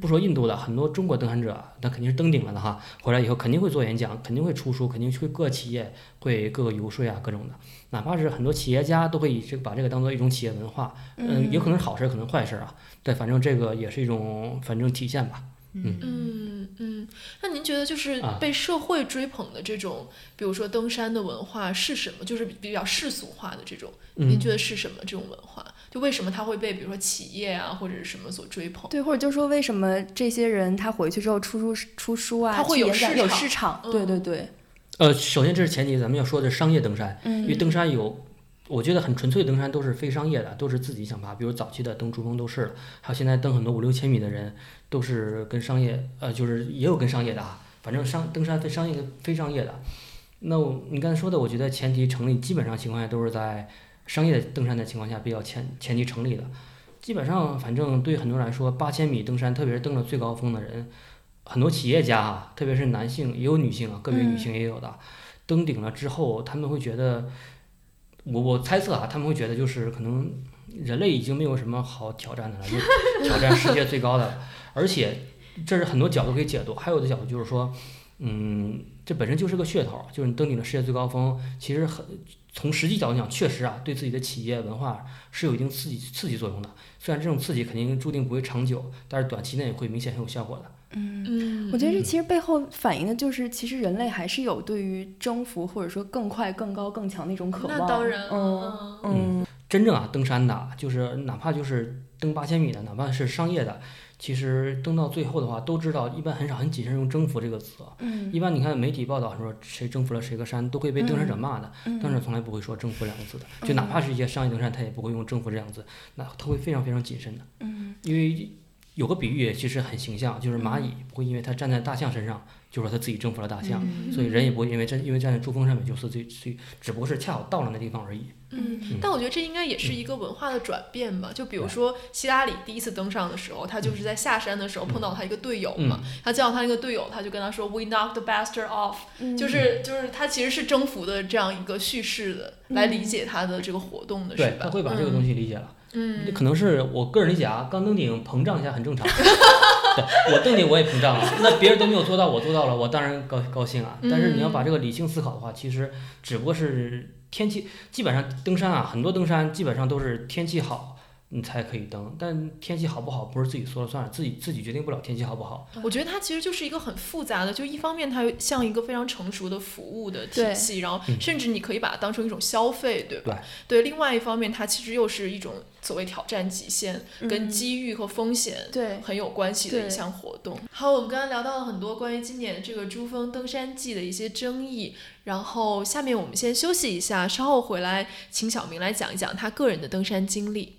不说印度的，很多中国登山者，那肯定是登顶了的哈，回来以后肯定会做演讲，肯定会出书，肯定会各企业会各个游说啊，各种的，哪怕是很多企业家都会把这个当做一种企业文化，有可能是好事，可能坏事啊，对，反正这个也是一种反正体现吧。 那您觉得就是被社会追捧的这种，比如说登山的文化是什么？就是比较世俗化的这种，您觉得是什么这种文化？就为什么它会被比如说企业啊或者是什么所追捧？ 对，或者就说为什么这些人他回去之后出书啊， 他会有市场？对对对。 首先这是前提，咱们要说的是商业登山，因为登山我觉得很纯粹的登山都是非商业的，都是自己想爬，比如早期的登珠峰都是了，还有现在登很多5、6千米的人都是跟商业，就是也有跟商业的啊，反正登山非商业的。那你刚才说的，我觉得前提成立，基本上情况下都是在商业登山的情况下比较前提成立的。基本上反正对很多人来说，8000米登山，特别是登了最高峰的人，很多企业家啊，特别是男性也有女性啊，个别女性也有的，登顶了之后，他们会觉得。我猜测啊，他们会觉得就是可能人类已经没有什么好挑战的了，就挑战世界最高的了。而且这是很多角度可以解读，还有的角度就是说，这本身就是个噱头，就是你登顶了世界最高峰，其实从实际角度讲，确实啊，对自己的企业文化是有一定刺激作用的。虽然这种刺激肯定注定不会长久，但是短期内会明显很有效果的。 我觉得这其实背后反映的就是，其实人类还是有对于征服或者说更快、更高、更强的一种渴望。 那当然， 真正登山的，就是哪怕就是登8000米的，哪怕是商业的，其实登到最后的话，都知道一般很谨慎用征服这个词。一般你看媒体报道说谁征服了谁个山，都会被登山者骂的，登山者从来不会说征服2个字的，就哪怕是一些商业登山，他也不会用征服这2个字，那他会非常非常谨慎的。因为有个比喻其实很形象，就是蚂蚁不会因为它站在大象身上就说它自己征服了大象，所以人也不会因为站在珠峰上面就是自己，只不过是恰好到了那地方而已。 但我觉得这应该也是一个文化的转变吧。就比如说希拉里第一次登上的时候，他就是在下山的时候碰到他一个队友嘛，他见到他那个队友，他就跟他说 "We knocked the bastard off"，就是他其实是征服的这样一个叙事的来理解他的这个活动的，是吧？ 对，他会把这个东西理解了。可能是我个人理解啊，刚登顶膨胀一下很正常。对，我登顶我也膨胀了，那别人都没有做到，我做到了，我当然高兴啊。但是你要把这个理性思考的话，其实只不过是天气，基本上登山啊，很多登山基本上都是天气好你才可以登，但天气好不好不是自己说了算，自己决定不了天气好不好。 我觉得它其实就是一个很复杂的，就一方面它像一个非常成熟的服务的体系，然后甚至你可以把它当成一种消费，对吧？对，另外一方面它其实又是一种所谓挑战极限跟机遇和风险很有关系的一项活动。好，我们刚刚聊到了很多关于今年这个珠峰登山季的一些争议，然后下面我们先休息一下，稍后回来请小明来讲一讲他个人的登山经历。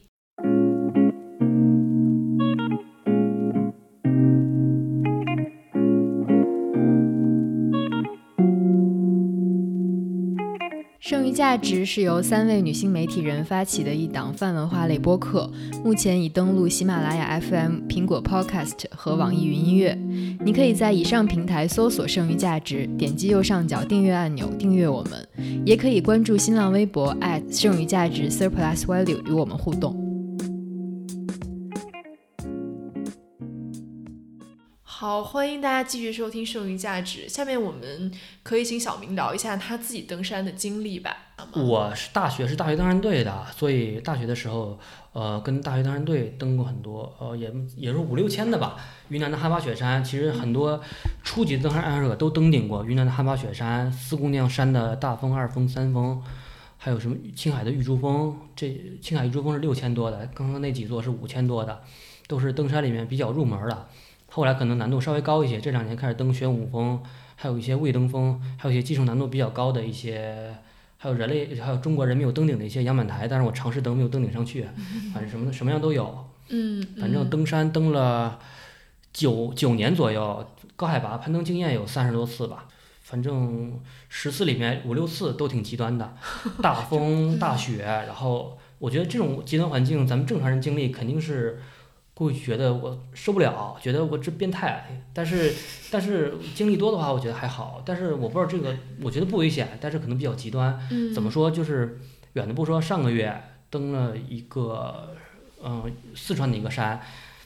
剩余价值是由3位女性媒体人发起的一档泛文化类播客，目前已登录喜马拉雅 FM、苹果 Podcast 和网易云音乐。你可以在以上平台搜索剩余价值，点击右上角订阅按钮订阅我们，也可以关注新浪微博剩余价值 Surplus Value 与我们互动。 好，欢迎大家继续收听剩余价值。下面我们可以请小明聊一下他自己登山的经历吧。 我是大学登山队的，所以大学的时候跟大学登山队登过很多，也是5、6千的吧。云南的汉巴雪山，其实很多初级的登山爱好者都登顶过云南的汉巴雪山、四姑娘山的大峰、二峰、三峰，还有什么青海的玉珠峰，青海玉珠峰是6000多的，刚刚那几座是5000多的，都是登山里面比较入门的。后来可能难度稍微高一些，这2年开始登玄武峰，还有一些未登峰，还有一些技术难度比较高的一些，还有中国人没有登顶的一些仰满台，但是我尝试登没有登顶上去，反正什么样都有。反正登山登了9年左右，高海拔攀登经验有30多次吧，反正10次里面5、6次都挺极端的，大风大雪，然后我觉得这种极端环境咱们正常人经历肯定是会觉得我受不了，觉得我这变态，但是经历多的话我觉得还好，但是我不知道这个我觉得不危险，但是可能比较极端。怎么说，就是远的不说，上个月登了一个四川的一个山，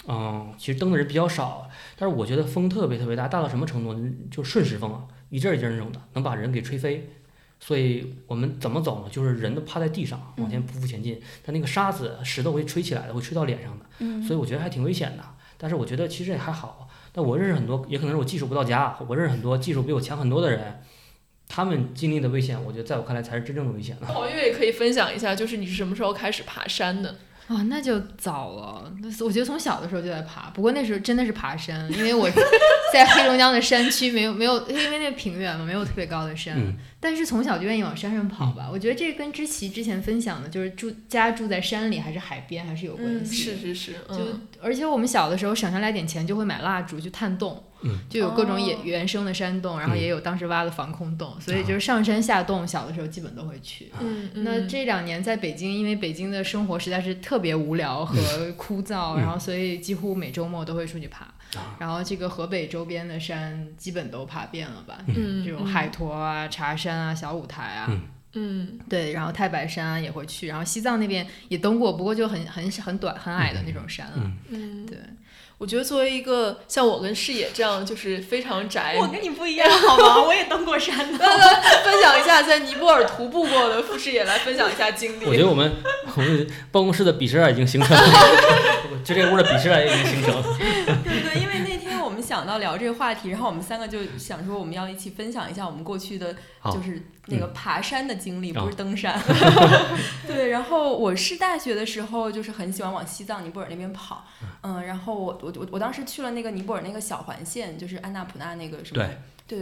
其实登的人比较少，但是我觉得风特别特别大，大到什么程度？就顺时风啊，一阵一阵那种的，能把人给吹飞。所以我们怎么走呢？就是人都趴在地上往前匍匐前进，但那个沙子、石头会吹起来的，会吹到脸上的。所以我觉得还挺危险的。但是我觉得其实也还好。但我认识很多，也可能是我技术不到家，我认识很多技术比我强很多的人。他们经历的危险，我觉得在我看来才是真正的危险了。 黄月也可以分享一下，就是你是什么时候开始爬山的？ 那就早了。我觉得从小的时候就在爬，不过那时候真的是爬山，因为我在黑龙江的山区没有，因为那个平原嘛，没有特别高的山。但是从小就愿意往山上跑吧。我觉得这跟知琪之前分享的，就是住在山里还是海边还是有关系。 是。 而且我们小的时候省下来点钱，就会买蜡烛去探洞。就有各种原生的山洞，然后也有当时挖的防空洞，所以就是上山下洞，小的时候基本都会去。那这2年在北京，因为北京的生活实在是特别无聊和枯燥，然后所以几乎每周末都会出去爬。然后这个河北周边的山基本都爬遍了吧，这种海坨啊、茶山啊、小五台啊。对，然后太白山啊也会去，然后西藏那边也登过，不过就很短很矮的那种山了。对。 我觉得作为一个像我跟视野这样就是非常宅， 我跟你不一样好吗？我也登过山的。 分享一下在尼泊尔徒步过的副视野来分享一下经历。 我觉得我们办公室的鄙视链已经形成了，就这屋的鄙视链已经形成了。 对，因为那天我们想到聊这个话题，然后我们3个就想说我们要一起分享一下我们过去的就是那个爬山的经历，不是登山。对，然后我是大学的时候就是很喜欢往西藏尼泊尔那边跑。然后我当时去了那个尼泊尔那个小环线，就是安纳普纳那个什么。对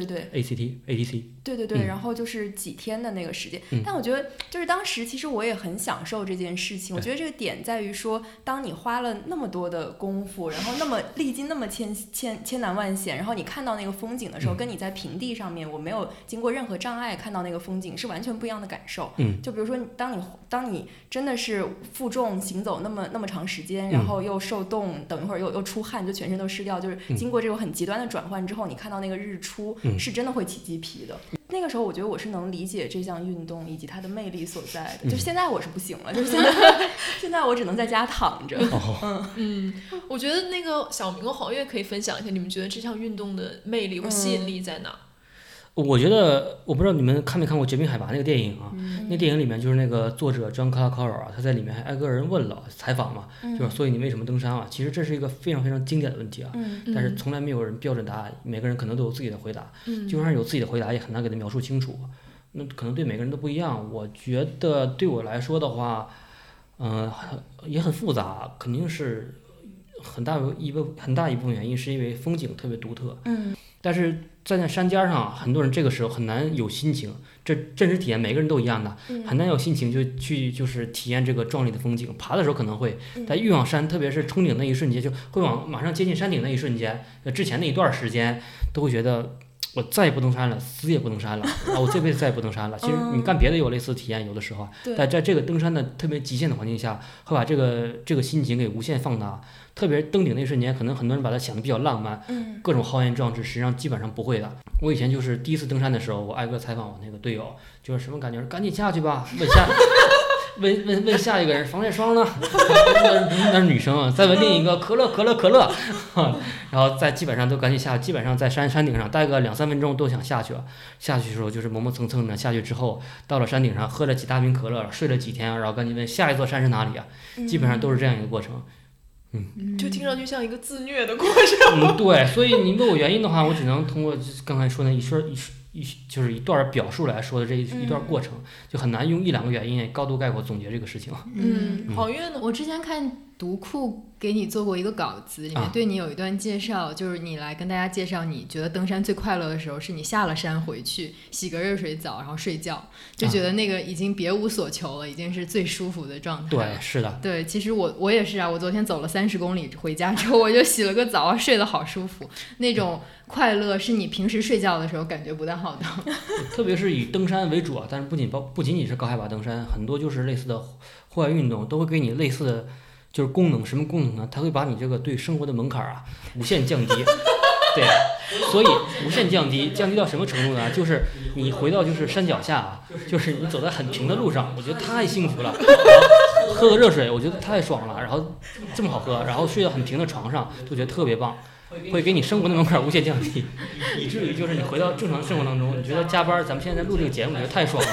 ATC 对，然后就是几天的那个时间。但我觉得就是当时其实我也很享受这件事情。我觉得这个点在于说，当你花了那么多的功夫，然后那么历经那么千难万险，然后你看到那个风景的时候，跟你在平地上面我没有经过任何障碍看到那个风景是完全不一样的感受。就比如说当你真的是负重行走那么长时间，然后又受冻，等一会儿又出汗，就全身都湿掉，就是经过这种很极端的转换之后，你看到那个日出是真的会起鸡皮的。那个时候我觉得我是能理解这项运动以及它的魅力所在的。就是现在我是不行了，就是现在我只能在家躺着。 我觉得那个小明和黄月可以分享一下，你们觉得这项运动的魅力或吸引力在哪？ 我觉得我不知道你们看没看过《绝命海拔》那个电影啊？那电影里面就是那个作者 John Krakauer 啊，他在里面还挨个人问了采访嘛，就是所以你为什么登山啊？其实这是一个非常非常经典的问题啊，但是从来没有人标准答案，每个人可能都有自己的回答，就算是有自己的回答也很难给他描述清楚，那可能对每个人都不一样。我觉得对我来说的话，也很复杂，肯定是很大一部分原因是因为风景特别独特，但是站在山尖上，很多人这个时候很难有心情，这真实体验每个人都一样的，很难有心情就是体验这个壮丽的风景。爬的时候可能会，但越往山，特别是冲顶那一瞬间，就会马上接近山顶那一瞬间，之前那一段时间都会觉得我再也不登山了，死也不登山了，我这辈子再也不登山了。其实你干别的有类似体验，有的时候，但在这个登山的特别极限的环境下，会把这个心情给无限放大。特别登顶那一瞬间，可能很多人把它想的比较浪漫，各种浩然壮志，实际上基本上不会的。我以前就是第一次登山的时候，我挨个采访我那个队友，就是什么感觉？赶紧下去吧，问下一个人防晒霜呢？那是女生啊，再问另一个可乐，然后再基本上都赶紧下，基本上在山顶上待个2-3分钟都想下去了。下去的时候就是磨磨蹭蹭的，下去之后到了山顶上喝了几大瓶可乐，睡了几天，然后赶紧问下一座山是哪里啊？基本上都是这样一个过程。 就听上去像一个自虐的过程。 对，所以你问我原因的话，我只能通过刚才说那就是一段表述来说的这一段过程，就很难用1-2个原因高度概括总结这个事情。 黄月呢？ 我之前看读库给你做过一个稿子，里面对你有一段介绍，就是你来跟大家介绍你觉得登山最快乐的时候是你下了山回去洗个热水澡然后睡觉，就觉得那个已经别无所求了，已经是最舒服的状态。 对，是的。 对，其实我也是啊，我昨天走了30公里回家之后，我就洗了个澡，睡得好舒服，那种快乐是你平时睡觉的时候感觉不太好的。 特别是以登山为主啊，但是不仅仅是高海拔登山，很多就是类似的户外运动都会给你类似的就是功能。什么功能呢？它会把你这个对生活的门槛啊无限降低。 对，所以无限降低到什么程度呢？就是你回到就是山脚下啊，就是你走在很平的路上，我觉得太幸福了。喝个热水，我觉得太爽了。然后这么好喝，然后睡到很平的床上，就觉得特别棒，会给你生活的门槛无限降低，以至于就是你回到正常生活当中，你觉得加班，咱们现在录这个节目，觉得太爽了。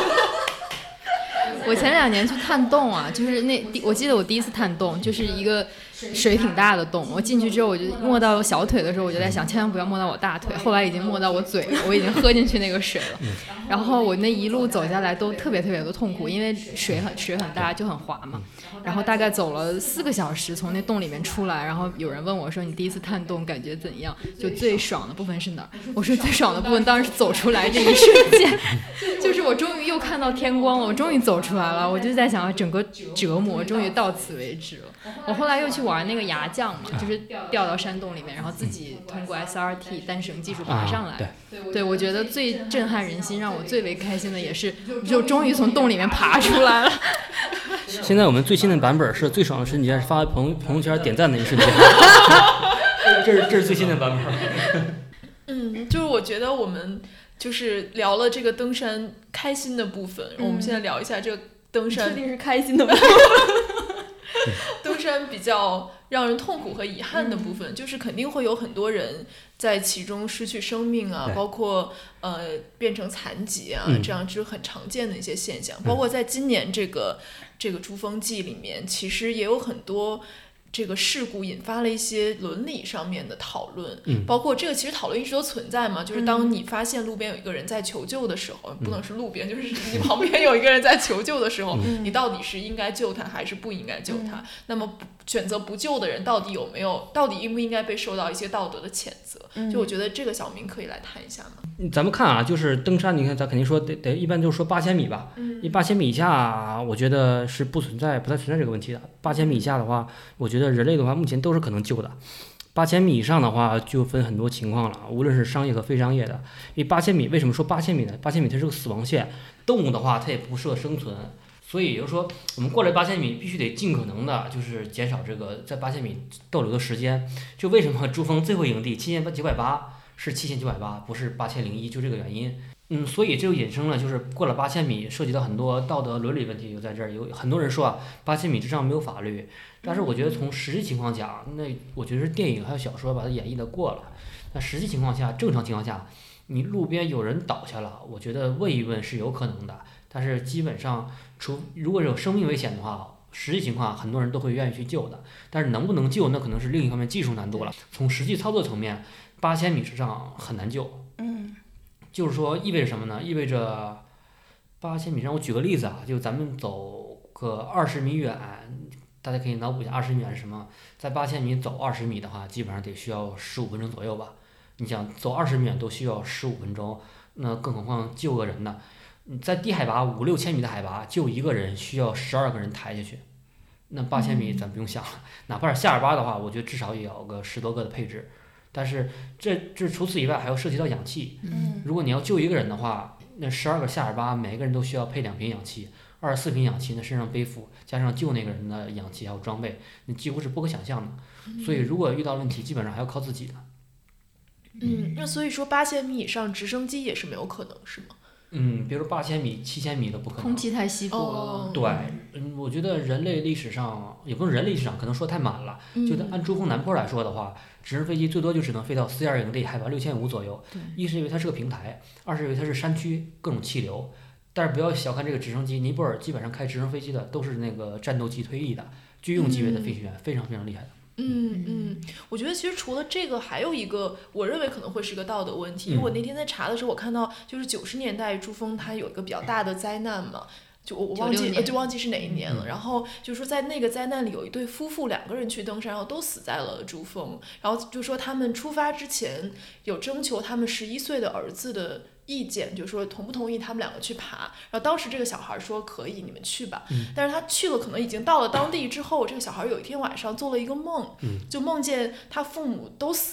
我前2年去探洞啊，就是我记得我第一次探洞，就是一个水挺大的洞，我进去之后，我就摸到小腿的时候，我就在想，千万不要摸到我大腿。后来已经摸到我嘴了，我已经喝进去那个水了。然后我那一路走下来都特别的痛苦，因为水很大，就很滑嘛。然后大概走了4个小时，从那洞里面出来，然后有人问我说：“你第一次探洞感觉怎样？”就最爽的部分是哪儿？我说最爽的部分当然是走出来这一瞬间，就是我终于又看到天光了，我终于走出来了。我就在想，整个折磨终于到此为止了。我后来又去玩那个崖降嘛，就是掉到山洞里面，然后自己通过 SRT 单绳技术爬上来。对，我觉得最震撼人心，让我最为开心的也是，就终于从洞里面爬出来了。 现在我们最新的版本是最爽的瞬间，是发朋友圈点赞的一瞬间。这是最新的版本。就是我觉得我们就是聊了这个登山开心的部分，我们现在聊一下这个登山。 确定是开心的部分。 登山比较让人痛苦和遗憾的部分，就是肯定会有很多人在其中失去生命啊，包括变成残疾啊，这样就是很常见的一些现象。包括在今年这个珠峰季里面，其实也有很多这个事故引发了一些伦理上面的讨论，包括这个其实讨论一直都存在嘛，就是当你发现路边有一个人在求救的时候，不能是路边，就是你旁边有一个人在求救的时候，你到底是应该救他还是不应该救他？那么选择不救的人到底应不应该被受到一些道德的谴责？就我觉得这个小明可以来谈一下嘛。 咱们看啊，就是登山，你看咱肯定说得一般就是说8000米吧，你8000米以下，我觉得是不太存在这个问题的。8000米以下的话，我觉得人类的话目前都是可能救的。8000米以上的话就分很多情况了，无论是商业和非商业的。因为8000米，为什么说8000米呢？8000米它是个死亡线，动物的话它也不适合生存，所以也就是说我们过了8000米必须得尽可能的就是减少这个在8000米逗留的时间。就为什么珠峰最后营地7980是7980，不是8001，就这个原因。所以这就引申了，就是过了8000米，涉及到很多道德伦理问题，就在这儿。有很多人说啊，8000米之上没有法律，但是我觉得从实际情况讲，那我觉得是电影还有小说把它演绎的过了。那实际情况下，正常情况下，你路边有人倒下了，我觉得问一问是有可能的，但是基本上如果有生命危险的话，实际情况很多人都会愿意去救的。但是能不能救，那可能是另一方面技术难度了。从实际操作层面，8000米之上很难救。就是说意味着什么呢？意味着8000米上，我举个例子啊，就咱们走个20米远，大家可以脑补一下20米远是什么。在8000米走20米的话，基本上得需要15分钟左右吧。你想走20米远都需要15分钟，那更何况救个人呢？你在低海拔5、6千米的海拔救一个人需要12个人抬下去，那8000米咱不用想了。哪怕是下尔巴的话，我觉得至少也要个10多个的配置。但是这除此以外还要涉及到氧气。如果你要救一个人的话，那12个下尔巴每个人都需要配2瓶氧气，24瓶氧气，那身上背负加上救那个人的氧气还有装备，那几乎是不可想象的。所以如果遇到问题，基本上还要靠自己的。 那所以说8000米以上直升机也是没有可能，是吗？ 比如说8000米、7000米都不可能， 空气太稀薄了。 对，我觉得人类历史上，也不是人类历史上，可能说太满了。就按珠峰南坡来说的话，直升飞机最多就只能飞到4.2营地，海拔6500左右。一是因为它是个平台，二是因为它是山区，各种气流。但是不要小看这个直升机，尼泊尔基本上开直升飞机的都是那个战斗机退役的军用级别的飞行员，非常非常厉害的。 我觉得其实除了这个，还有一个我认为可能会是个道德问题。因为我那天在查的时候，我看到就是90年代珠峰它有一个比较大的灾难嘛，就我忘记是哪一年了。然后就是说在那个灾难里，有一对夫妇2个人去登山，然后都死在了珠峰。然后就说他们出发之前有征求他们11岁的儿子的意见，就说同不同意他们2个去爬。然后当时这个小孩说可以，你们去吧。但是他去了，可能已经到了当地之后，这个小孩有一天晚上做了一个梦，就梦见他父母都死了，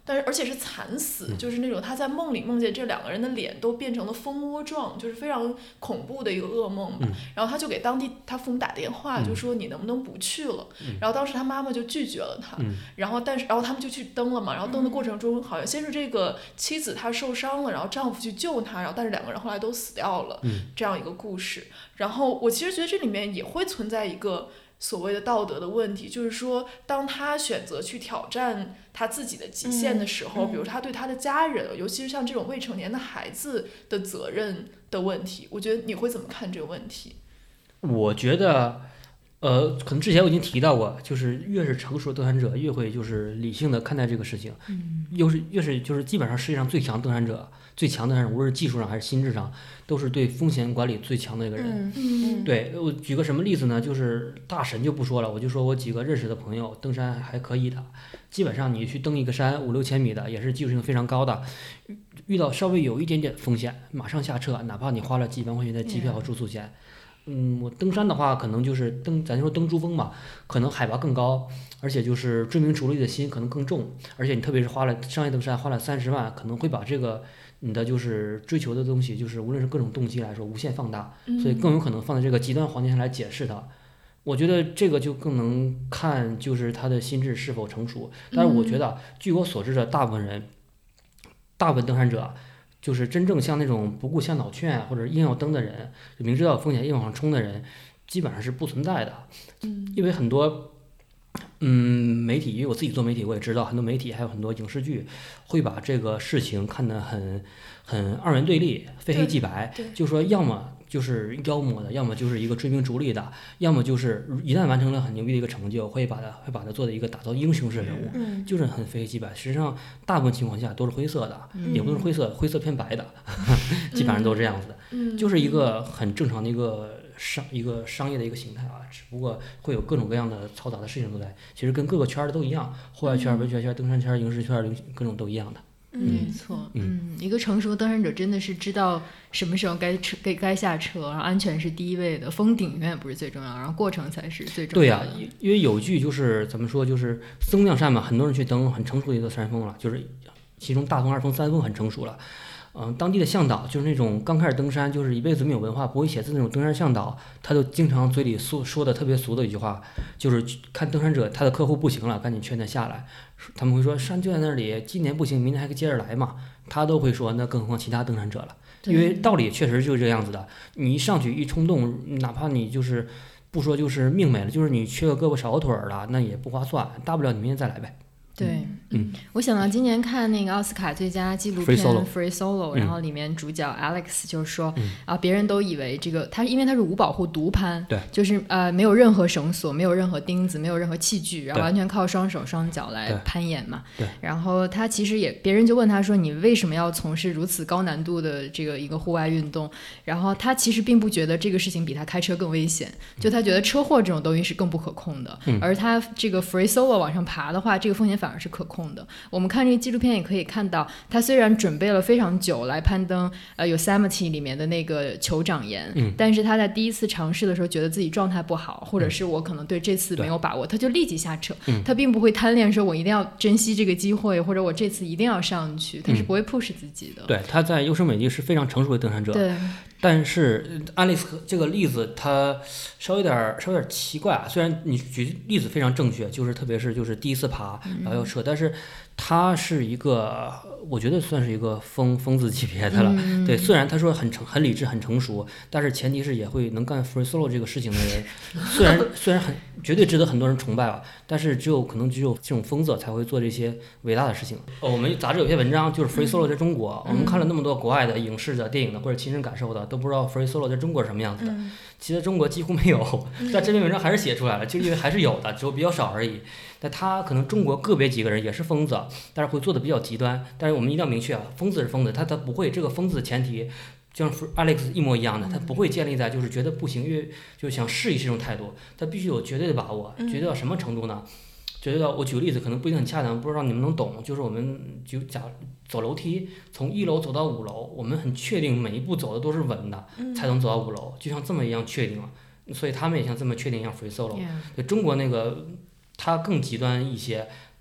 但是而且是惨死，就是那种他在梦里梦见这2个人的脸都变成了蜂窝状，就是非常恐怖的一个噩梦吧。然后他就给当地他父母打电话，就说你能不能不去了？然后当时他妈妈就拒绝了他，然后他们就去登了嘛。然后登的过程中，好像先是这个妻子她受伤了，然后丈夫去救她，然后但是2个人后来都死掉了，这样一个故事。然后我其实觉得这里面也会存在一个所谓的道德的问题，就是说当他选择去挑战他自己的极限的时候，比如他对他的家人，尤其是像这种未成年的孩子的责任的问题，我觉得你会怎么看这个问题？ 我觉得可能之前我已经提到过，就是越是成熟的登山者越会就是理性的看待这个事情，越是就是基本上世界上最强登山者，无论是技术上还是心智上，都是对风险管理最强的一个人。对，我举个什么例子呢？就是大神就不说了，我就说我几个认识的朋友登山还可以的，基本上你去登一个山5、6千米的，也是技术性非常高的，遇到稍微有一点点风险，马上下撤，哪怕你花了几万块钱的机票和住宿钱。我登山的话，可能就是咱就说登珠峰嘛，可能海拔更高，而且就是追名逐利的心可能更重，而且你特别是商业登山花了30万，可能会把这个你的就是追求的东西，就是无论是各种动机来说无限放大，所以更有可能放在这个极端环境下来解释它。我觉得这个就更能看就是他的心智是否成熟。但是我觉得，据我所知的大部分登山者，就是真正像那种不顾向导劝或者硬要登的人，明知道有风险硬往上冲的人，基本上是不存在的。因为很多媒体，因为我自己做媒体，我也知道很多媒体还有很多影视剧会把这个事情看得很二元对立，非黑即白，就说要么就是妖魔的，要么就是一个追名逐利的，要么就是一旦完成了很牛逼的一个成就，会把它做的一个打造英雄式的人物，就是很非黑即白。实际上大部分情况下都是灰色的，也不是灰色偏白的，基本上都是这样子的，就是一个很正常的一个商业的一个形态啊，只不过会有各种各样的嘈杂的事情都在，其实跟各个圈儿的都一样，户外圈、文学圈、登山圈、影视圈各种都一样的。 没错，一个成熟的登山者真的是知道什么时候该下车，然后安全是第一位的，峰顶永远不是最重要，然后过程才是最重要的。 对呀，因为有句就是怎么说，就是四峰亮山嘛，很多人去登很成熟的一座山峰了，就是其中大峰、2峰、3峰很成熟了。当地的向导就是那种刚开始登山就是一辈子没有文化不会写字那种登山向导，他就经常嘴里说的特别俗的一句话，就是看登山者他的客户不行了，赶紧劝他下来。他们会说山就在那里，今年不行，明年还可以接着来嘛。他都会说，那更何况其他登山者了，因为道理确实就是这个样子的。你一上去一冲动，哪怕你就是不说就是命没了，就是你缺个胳膊少个腿儿了，那也不划算，大不了你明天再来呗。 对，我想到今年看那个奥斯卡最佳纪录片 Free Solo， 然后里面主角 Alex 就是说别人都以为这个因为他是无保护独攀， 对， 就是没有任何绳索，没有任何钉子，没有任何器具，然后完全靠双手双脚来攀岩嘛。 对， 然后他其实别人就问他说，你为什么要从事如此高难度的这个一个户外运动？然后他其实并不觉得这个事情比他开车更危险，就他觉得车祸这种东西是更不可控的，而他这个 Free Solo 往上爬的话，这个风险反而是可控的。我们看这个纪录片也可以看到，他虽然准备了非常久来攀登Yosemite 里面的那个酋长岩，但是他在第一次尝试的时候觉得自己状态不好，或者是我可能对这次没有把握，他就立即下撤，他并不会贪恋说我一定要珍惜这个机会，或者我这次一定要上去，他是不会 push 自己的。 对，他在优胜美地是非常成熟的登山者。 对， 但是安利斯这个例子它稍微有点奇怪啊，虽然你举例子非常正确，就是特别是就是第一次爬然后要撤，但是他是一个我觉得算是一个疯子级别的了。对，虽然他说很理智很成熟，但是前提是也会能干 Free Solo 这个事情的人，虽然绝对值得很多人崇拜吧，但是可能只有这种疯子才会做这些伟大的事情。我们杂志有篇文章就是 Free Solo 在中国，我们看了那么多国外的影视的电影的或者亲身感受的，都不知道 Free Solo 在中国是什么样子的。其实中国几乎没有，但这篇文章还是写出来了，就因为还是有的，只有比较少而已。但他可能中国个别几个人也是疯子，但是会做的比较极端。但是我们一定要明确啊，疯子是疯子，他不会这个疯子的前提，就像 Alex 一模一样的，他不会建立在就是觉得不行，因为就想试一试这种态度，他必须有绝对的把握，绝对到什么程度呢？绝对到我举个例子，可能不一定很恰当，不知道你们能懂。就是我们走楼梯，从1楼走到5楼，我们很确定每一步走的都是稳的，才能走到5楼，就像这么一样确定了。所以他们也像这么确定一样 Free Solo。对，中国那个他更极端一些，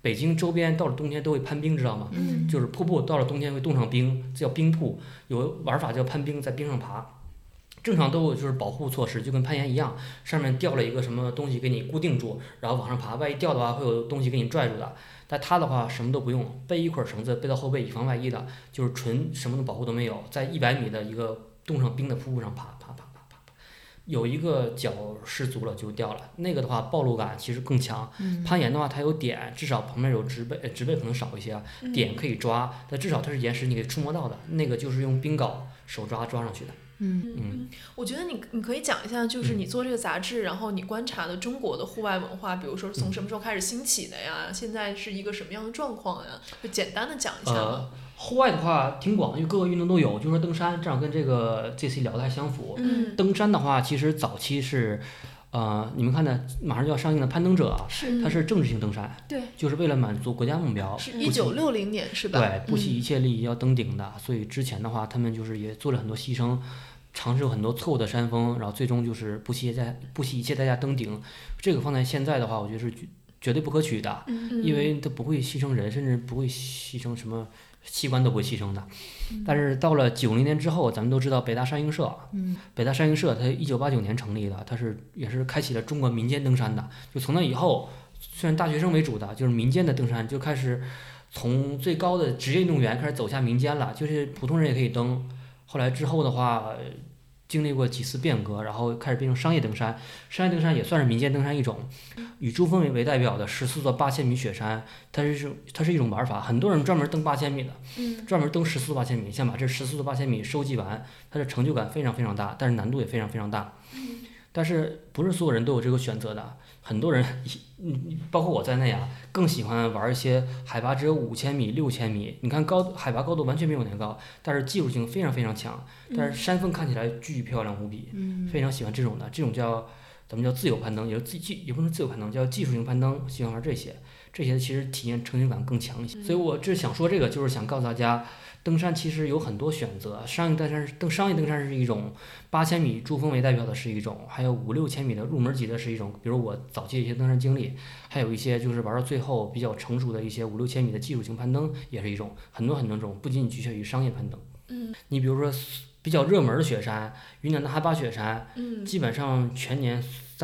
北京周边到了冬天都会攀冰，知道吗？就是瀑布到了冬天会冻上冰，这叫冰瀑。有玩法叫攀冰，在冰上爬。正常都有就是保护措施，就跟攀岩一样，上面吊了一个什么东西给你固定住，然后往上爬。万一掉的话，会有东西给你拽住的。但它的话什么都不用，背一捆绳子背到后背以防万一的，就是纯什么的保护都没有，在100米的一个冻上冰的瀑布上爬，有一个脚失足了就掉了。那个的话暴露感其实更强。攀岩的话它有点，至少旁边有植被，植被可能少一些，点可以抓，但至少它是岩石你可以触摸到的。那个就是用冰镐手抓上去的。 我觉得你可以讲一下，就是你做这个杂志，然后你观察的中国的户外文化，比如说从什么时候开始兴起的呀？现在是一个什么样的状况呀？就简单的讲一下吧。 户外的话挺广，因为各个运动都有。就说登山，正好跟这个这期聊的还相符。登山的话，其实早期是，你们看的马上就要上映的《攀登者》，它是政治性登山， 对， 就是为了满足国家目标。 是1960年是吧？ 对，不惜一切利益要登顶的。所以之前的话，他们就是也做了很多牺牲。尝试很多错误的山峰，然后最终就是不惜一切代价登顶。这个放在现在的话，我觉得是绝对不可取的，因为它不会牺牲人，甚至不会牺牲什么器官都不会牺牲的。但是到了90年之后，咱们都知道北大山鹰社，北大山鹰社它1989年成立的，它也是开启了中国民间登山的。就从那以后，虽然大学生为主的，就是民间的登山就开始从最高的职业运动员开始走下民间了，就是普通人也可以登。后来之后的话，经历过几次变革，然后开始变成商业登山。商业登山也算是民间登山一种。以珠峰为代表的14座8000米雪山，它是一种玩法。很多人专门登8000米的，专门登14座8000米，想把这14座8000米收集完，它的成就感非常非常大，但是难度也非常非常大。但是不是所有人都有这个选择的，很多人，包括我在内啊，更喜欢玩一些海拔只有5000米、6000米。你看海拔高度完全没有那高，但是技术性非常非常强，但是山峰看起来巨漂亮无比，非常喜欢这种的。这种咱们叫自由攀登，也不能自由攀登，叫技术性攀登，喜欢玩这些其实体验成就感更强一些。所以我这想说这个，就是想告诉大家，登山其实有很多选择。商业登山是一种，8000米珠峰为代表的是一种，还有5、6000米的入门级的是一种。比如我早期一些登山经历，还有一些就是玩到最后比较成熟的一些5、6000米的技术性攀登也是一种，很多很多种，不仅仅局限于商业攀登。你比如说比较热门的雪山，云南的哈巴雪山，基本上全年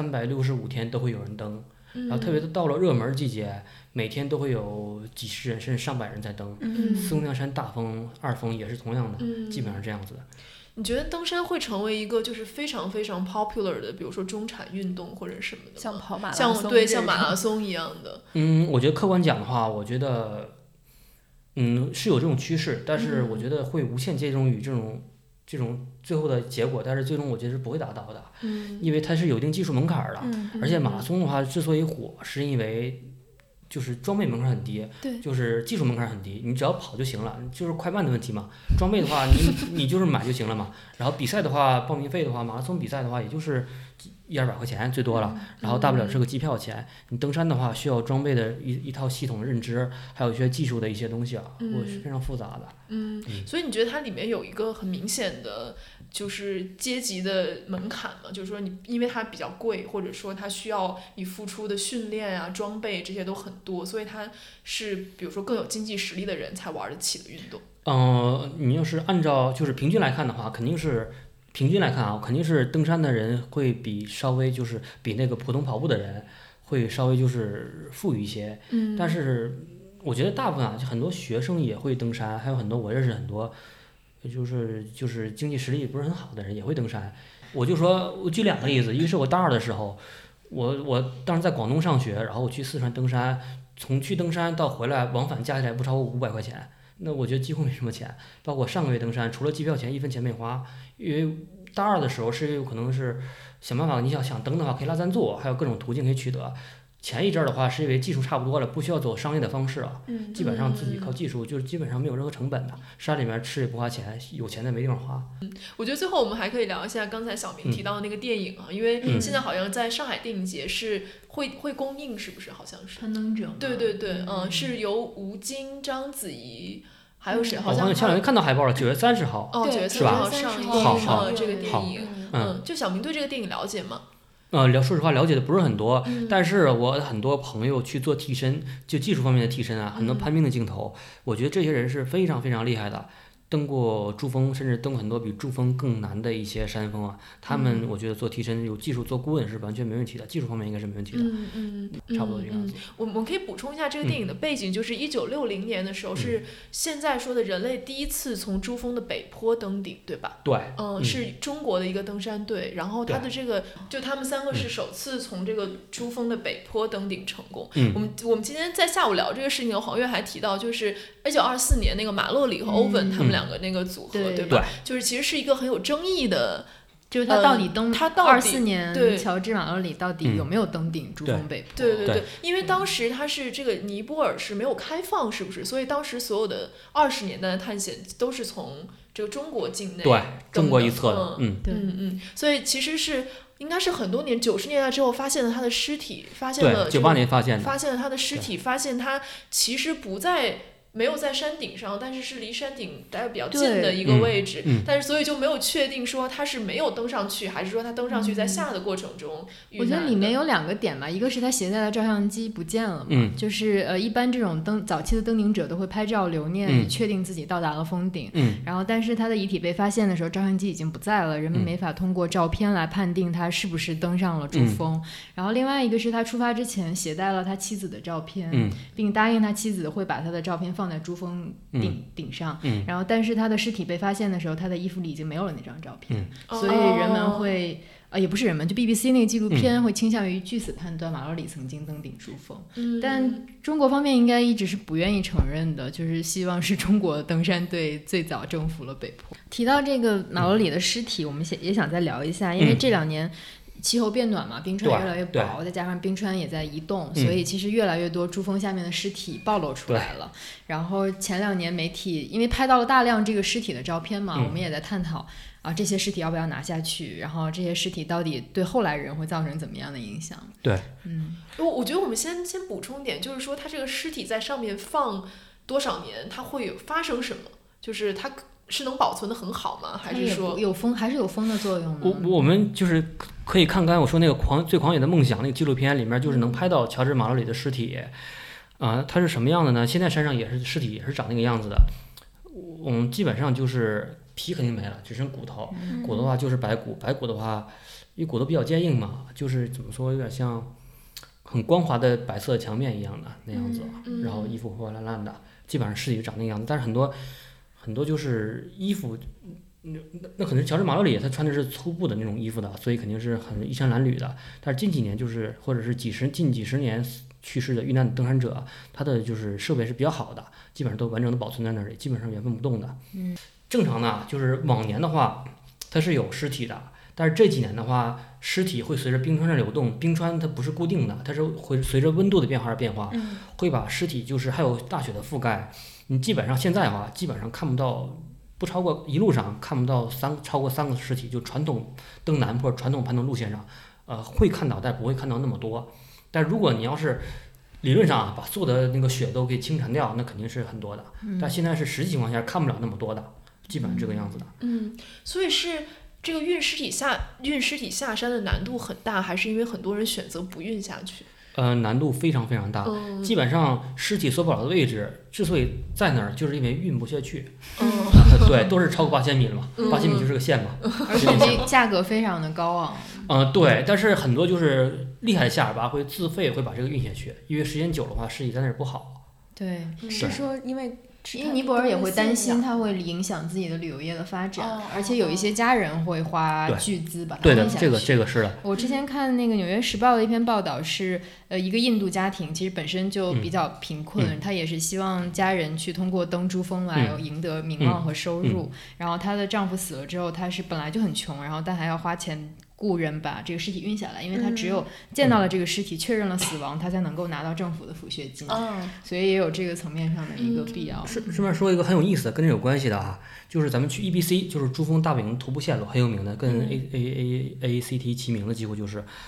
365天都会有人登。然后特别到了热门季节，每天都会有几十人甚至上百人在登。四姑娘山大峰、二峰也是同样的，基本上这样子的。 你觉得登山会成为一个就是非常非常 popular 的，比如说中产运动或者什么的， 像跑马拉松， 像马拉松一样的？ 我觉得客观讲的话，我觉得，是有这种趋势，但是我觉得会无限接近于这种最后的结果，但是最终我觉得是不会达到的，因为它是有一定技术门槛的，而且马拉松的话之所以火，是因为就是装备门槛很低，就是技术门槛很低，你只要跑就行了，就是快慢的问题嘛。装备的话，你就是买就行了嘛。然后比赛的话，报名费的话，马拉松比赛的话，也就是100-200块钱最多了，然后大不了是个机票钱。你登山的话，需要装备的一套系统认知，还有一些技术的一些东西啊，我是非常复杂的。 所以你觉得它里面有一个很明显的就是阶级的门槛嘛？就是说因为它比较贵，或者说它需要你付出的训练啊、装备这些都很多，所以它是比如说更有经济实力的人才玩得起的运动。 你要是按照就是平均来看的话，肯定是登山的人会稍微就是比那个普通跑步的人会稍微就是富裕一些。但是我觉得大部分就很多学生也会登山，还有很多我认识很多就是经济实力不是很好的人也会登山。我举2个例子，一个是我大2的时候，我当时在广东上学，然后我去四川登山，从去登山到回来往返加起来不超过500块钱，那我觉得几乎没什么钱。包括上个月登山，除了机票钱1分钱没花，因为大2的时候是有可能是想办法，你想登的话可以拉赞助，还有各种途径可以取得。前一阵的话是因为技术差不多了，不需要走商业的方式了，基本上自己靠技术，就是基本上没有任何成本的，山里面吃也不花钱，有钱的没地方花。 我觉得最后我们还可以聊一下刚才小明提到的那个电影啊，因为现在好像在上海电影节是会公映，是不是？好像是攀登者。 对，是由吴京、章子怡。还有谁？好像前2天看到海报了，9月30号。 9月30号上映这个电影。就小明对这个电影了解吗？ 说实话了解的不是很多，但是我很多朋友去做替身，就技术方面的替身啊，很多攀冰的镜头，我觉得这些人是非常非常厉害的。登过珠峰，甚至登过很多比珠峰更难的一些山峰啊，他们我觉得做替身有技术做顾问是完全没问题的，技术方面应该是没问题的。差不多这个样子。 我们可以补充一下这个电影的背景，就是1960年的时候，是现在说的人类第一次从珠峰的北坡登顶，对吧？ 对。 是中国的一个登山队，然后他的这个就他们3个是首次从这个珠峰的北坡登顶成功。我们今天在下午聊这个事情，黄月还提到，就是1924年那个马洛里和欧文他们2个那个组合，对吧？就是其实是一个很有争议的。 就是他到底登他到底 24年乔治马洛里到底有没有登顶珠峰北坡？ 对，因为当时他是这个尼泊尔是没有开放，是不是？所以当时所有的20年代的探险都是从这个中国境内， 对，中国一侧的， 所以其实是应该是很多年90年代之后发现了他的尸体，发现了 98年发现了他的尸体，发现他其实没有在山顶上，但是离山顶待比较近的一个位置，但是所以就没有确定说他是没有登上去，还是说他登上去在下的过程中遇难的。 我觉得里面有2个点吧，一个是他携带的照相机不见了嘛，就是一般这种早期的登顶者都会拍照留念，确定自己到达了峰顶，然后但是他的遗体被发现的时候，照相机已经不在了，人们没法通过照片来判定他是不是登上了珠峰。然后另外一个是他出发之前携带了他妻子的照片，并答应他妻子会把他的照片放在珠峰顶上，然后但是他的尸体被发现的时候，他的衣服里已经没有了那张照片，所以人们会也不是人们，就 BBC 那个纪录片会倾向于据此判断马洛里曾经登顶珠峰，但中国方面应该一直是不愿意承认的，就是希望是中国登山队最早征服了北坡。提到这个马洛里的尸体，我们也想再聊一下，因为这2年气候变暖嘛，冰川越来越薄，再加上冰川也在移动，所以其实越来越多珠峰下面的尸体暴露出来了。然后前2年媒体因为拍到了大量这个尸体的照片嘛，我们也在探讨这些尸体要不要拿下去，然后这些尸体到底对后来人会造成怎么样的影响。 对， 我觉得我们先补充一点，就是说它这个尸体在上面放多少年，它会发生什么？就是它是能保存的很好吗？还是说有风，还是有风的作用呢？ 我们就是可以看刚才我说那个最狂野的梦想那个纪录片里面，就是能拍到乔治马洛里的尸体，它是什么样的呢？现在山上尸体也是长那个样子的，基本上就是皮肯定没了，只剩骨头，骨的话就是白骨的话，因为骨头比较坚硬嘛，就是怎么说有点像很光滑的白色墙面一样的那样子，然后衣服破破烂烂的，基本上尸体长那个样子，但是很多就是衣服，那可能乔治马洛里他穿的是粗布的那种衣服的，所以肯定是很衣衫褴褛的。但是近几年或者是近几十年去世的遇难的登山者，他的就是设备是比较好的，基本上都完整的保存在那里，基本上原封不动的。正常呢，就是往年的话它是有尸体的，但是这几年的话，尸体会随着冰川的流动，冰川它不是固定的，它是会随着温度的变化而变化，会把尸体就是还有大雪的覆盖。你基本上现在的话，基本上看不到，不超过一路上看不到超过3个尸体，就传统登南坡、传统攀登路线上，会看到，但不会看到那么多。但如果你要是理论上把所有的那个雪都给清尘掉，那肯定是很多的。但现在是实际情况下看不了那么多的，基本上这个样子的。 所以是这个运尸体下山的难度很大，还是因为很多人选择不运下去？ 难度非常非常大，基本上尸体所保的位置之所以在那儿，就是因为运不下去。对，都是超过8000米了嘛，8000米就是个线嘛， 而且那价格非常的高昂。 对，但是很多就是厉害的下尔巴会自费会把这个运下去，因为时间久的话，尸体在那儿不好。 对， 是说因为尼泊尔也会担心它会影响自己的旅游业的发展，而且有一些家人会花巨资把它运下去。 对的，这个是的。 我之前看那个《纽约时报》的一篇报道是，一个印度家庭其实本身就比较贫困，他也是希望家人去通过登珠峰来赢得名望和收入。然后她的丈夫死了之后，她是本来就很穷，然后但还要花钱雇人把这个尸体运下来，因为他只有见到了这个尸体，确认了死亡，他才能够拿到政府的抚恤金。所以也有这个层面上的一个必要。 顺便说一个很有意思的，跟这有关系的啊，就是咱们去 EBC， 就是珠峰大本营徒步线路很有名的，跟AACT 齐名的几乎就是，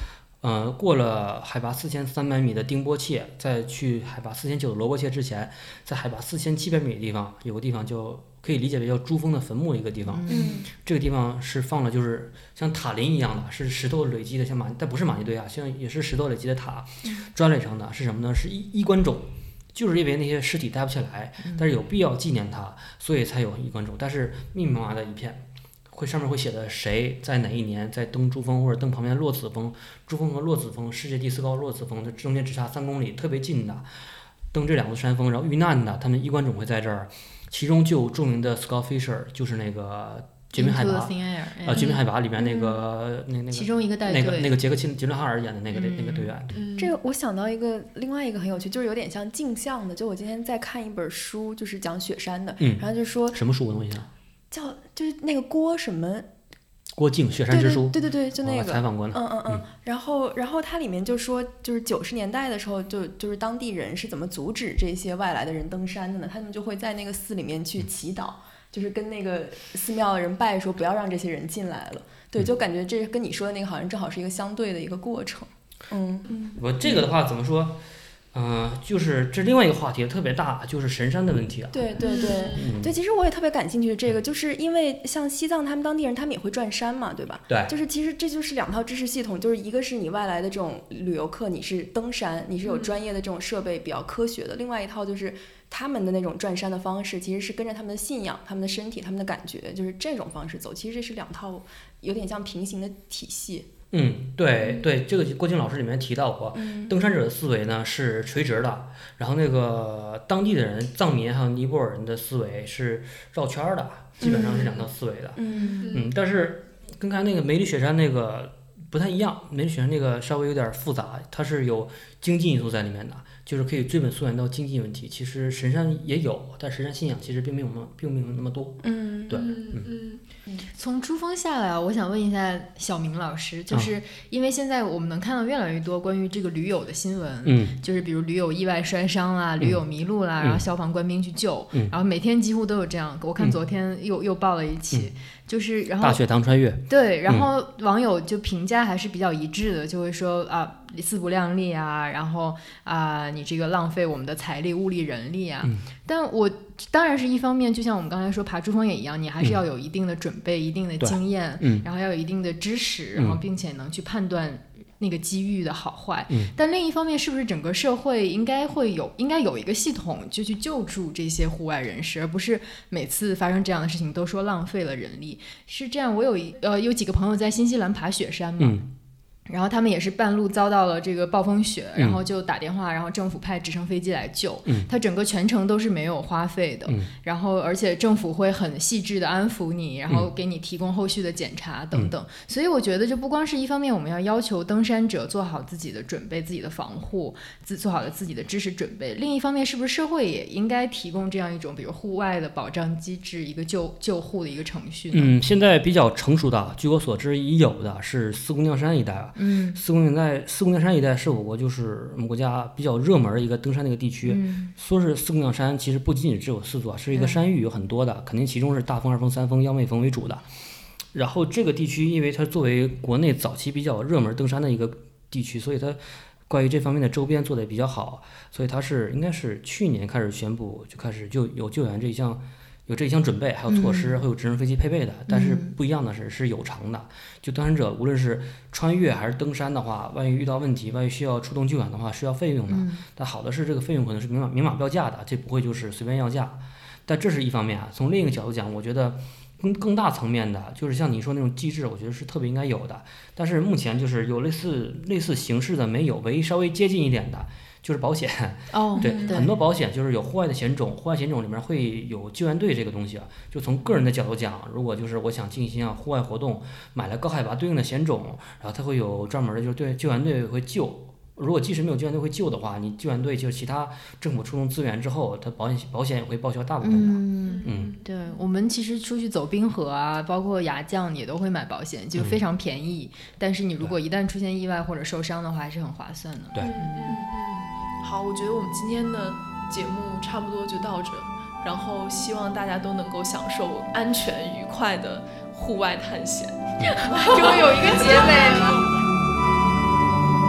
过了海拔4300米的丁波切，再去海拔4900的罗伯切之前，在海拔4700米的地方有个地方就可以理解为叫珠峰的坟墓的一个地方。这个地方是放了就是像塔林一样的，是石头累积的，但不是玛尼堆啊，像也是石头累积的塔砖垒成的。是什么呢？是衣冠冢。就是因为那些尸体待不起来，但是有必要纪念它，所以才有衣冠冢。但是密密麻麻的一片，上面会写的谁在哪一年在登珠峰或者登旁边的洛子峰。珠峰和洛子峰世界第4高洛子峰，这中间只差3公里，特别近的。登这2座山峰，然后遇难的，他们衣冠冢会在这儿。其中就有著名的 Scott Fisher， 就是那个绝命海拔绝命海拔里面那个其中一个带队那个杰伦哈尔演的那个队员。 这个我想到另外一个很有趣，就是有点像镜像的。就我今天在看一本书，就是讲雪山的，然后就说什么书？我问一下， 就是那个郭什么。 郭靖雪山之书， 对，就那个采访过呢。 然后它里面就说，就是90年代的时候，就是当地人是怎么阻止这些外来的人登山的呢？他们就会在那个寺里面去祈祷，就是跟那个寺庙的人拜说不要让这些人进来了。对，就感觉这跟你说的那个好像正好是一个相对的一个过程。 我这个的话怎么说？就是这另外一个话题特别大，就是神山的问题啊。 对，其实我也特别感兴趣的这个，就是因为像西藏他们当地人，他们也会转山嘛，对吧？ 对， 就是其实这就是2套知识系统，就是一个是你外来的这种旅游客，你是登山，你是有专业的这种设备比较科学的；另外一套就是他们的那种转山的方式，其实是跟着他们的信仰、他们的身体、他们的感觉，就是这种方式走。其实这是2套有点像平行的体系。 对，这个郭靖老师里面提到过，登山者的思维呢是垂直的，然后那个当地的人藏民还有尼泊尔人的思维是绕圈的，基本上是2套思维的。但是跟刚才那个梅里雪山那个不太一样，梅里雪山那个稍微有点复杂，它是有经济因素在里面的，就是可以追本溯源到经济问题。其实神山也有，但神山信仰其实并没有那么多。对。 从珠峰下来，我想问一下小明老师，就是因为现在我们能看到越来越多关于这个驴友的新闻，就是比如驴友意外摔伤啦，驴友迷路啦，然后消防官兵去救，然后每天几乎都有这样。我看昨天又报了一起，就是然后大雪堂穿越。 对，然后网友就评价还是比较一致的，就会说自不量力啊，然后你这个浪费我们的财力、物力、人力啊。但我当然是一方面，就像我们刚才说爬珠峰也一样，你还是要有一定的准备、一定的经验，然后要有一定的知识，然后并且能去判断那个机遇的好坏。但另一方面，是不是整个社会应该有一个系统，就去救助这些户外人士，而不是每次发生这样的事情都说浪费了人力？是这样，我有几个朋友在新西兰爬雪山嘛。然后他们也是半路遭到了这个暴风雪，然后就打电话，然后政府派直升飞机来救。他整个全程都是没有花费的，然后而且政府会很细致的安抚你，然后给你提供后续的检查等等。所以我觉得这不光是一方面我们要求登山者做好自己的准备、自己的防护，做好了自己的知识准备，另一方面是不是社会也应该提供这样一种比如户外的保障机制，一个救护的一个程序呢？ 现在比较成熟的，据我所知已有的是四姑娘山一带。四姑娘山一带是我们国家比较热门的一个登山的一个地区。说是四姑娘山，其实不仅仅只有4座，是一个山域有很多的，肯定其中是大峰、2峰、3峰、幺妹峰为主的。然后这个地区，因为它作为国内早期比较热门登山的一个地区，所以它关于这方面的周边做得也比较好，所以它应该是去年开始宣布就有救援这一项。有这一项准备，还有措施，会有直升飞机配备的。但是不一样的是有偿的。就登山者无论是穿越还是登山的话，万一遇到问题，万一需要出动救援的话，是要费用的。但好的是这个费用可能是明码标价的，这不会就是随便要价。但这是一方面啊。从另一个角度讲，我觉得更大层面的，就是像你说那种机制，我觉得是特别应该有的。但是目前就是有类似形式的没有，唯一稍微接近一点的。就是保险。对，很多保险就是有户外的险种，户外险种里面会有救援队这个东西啊。就从个人的角度讲，如果就是我想进行户外活动，买了高海拔对应的险种，然后它会有专门的，就是对救援队会救。如果即使没有救援队会救的话，你救援队就是其他政府出动资源之后，它保险也会报销大部分的。 对，我们其实出去走冰河啊，包括崖降也都会买保险，就非常便宜。但是你如果一旦出现意外或者受伤的话，还是很划算的。 对。 好，我觉得我们今天的节目差不多就到这，然后希望大家都能够享受安全愉快的户外探险。 终于有一个结尾了。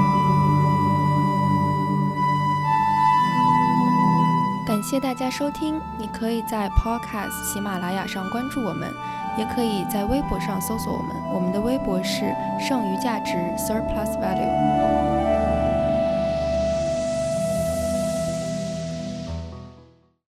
谢大家收听，你可以在 Podcast 喜马拉雅上关注我们，也可以在微博上搜索我们，我们的微博是剩余价值 Surplus Value。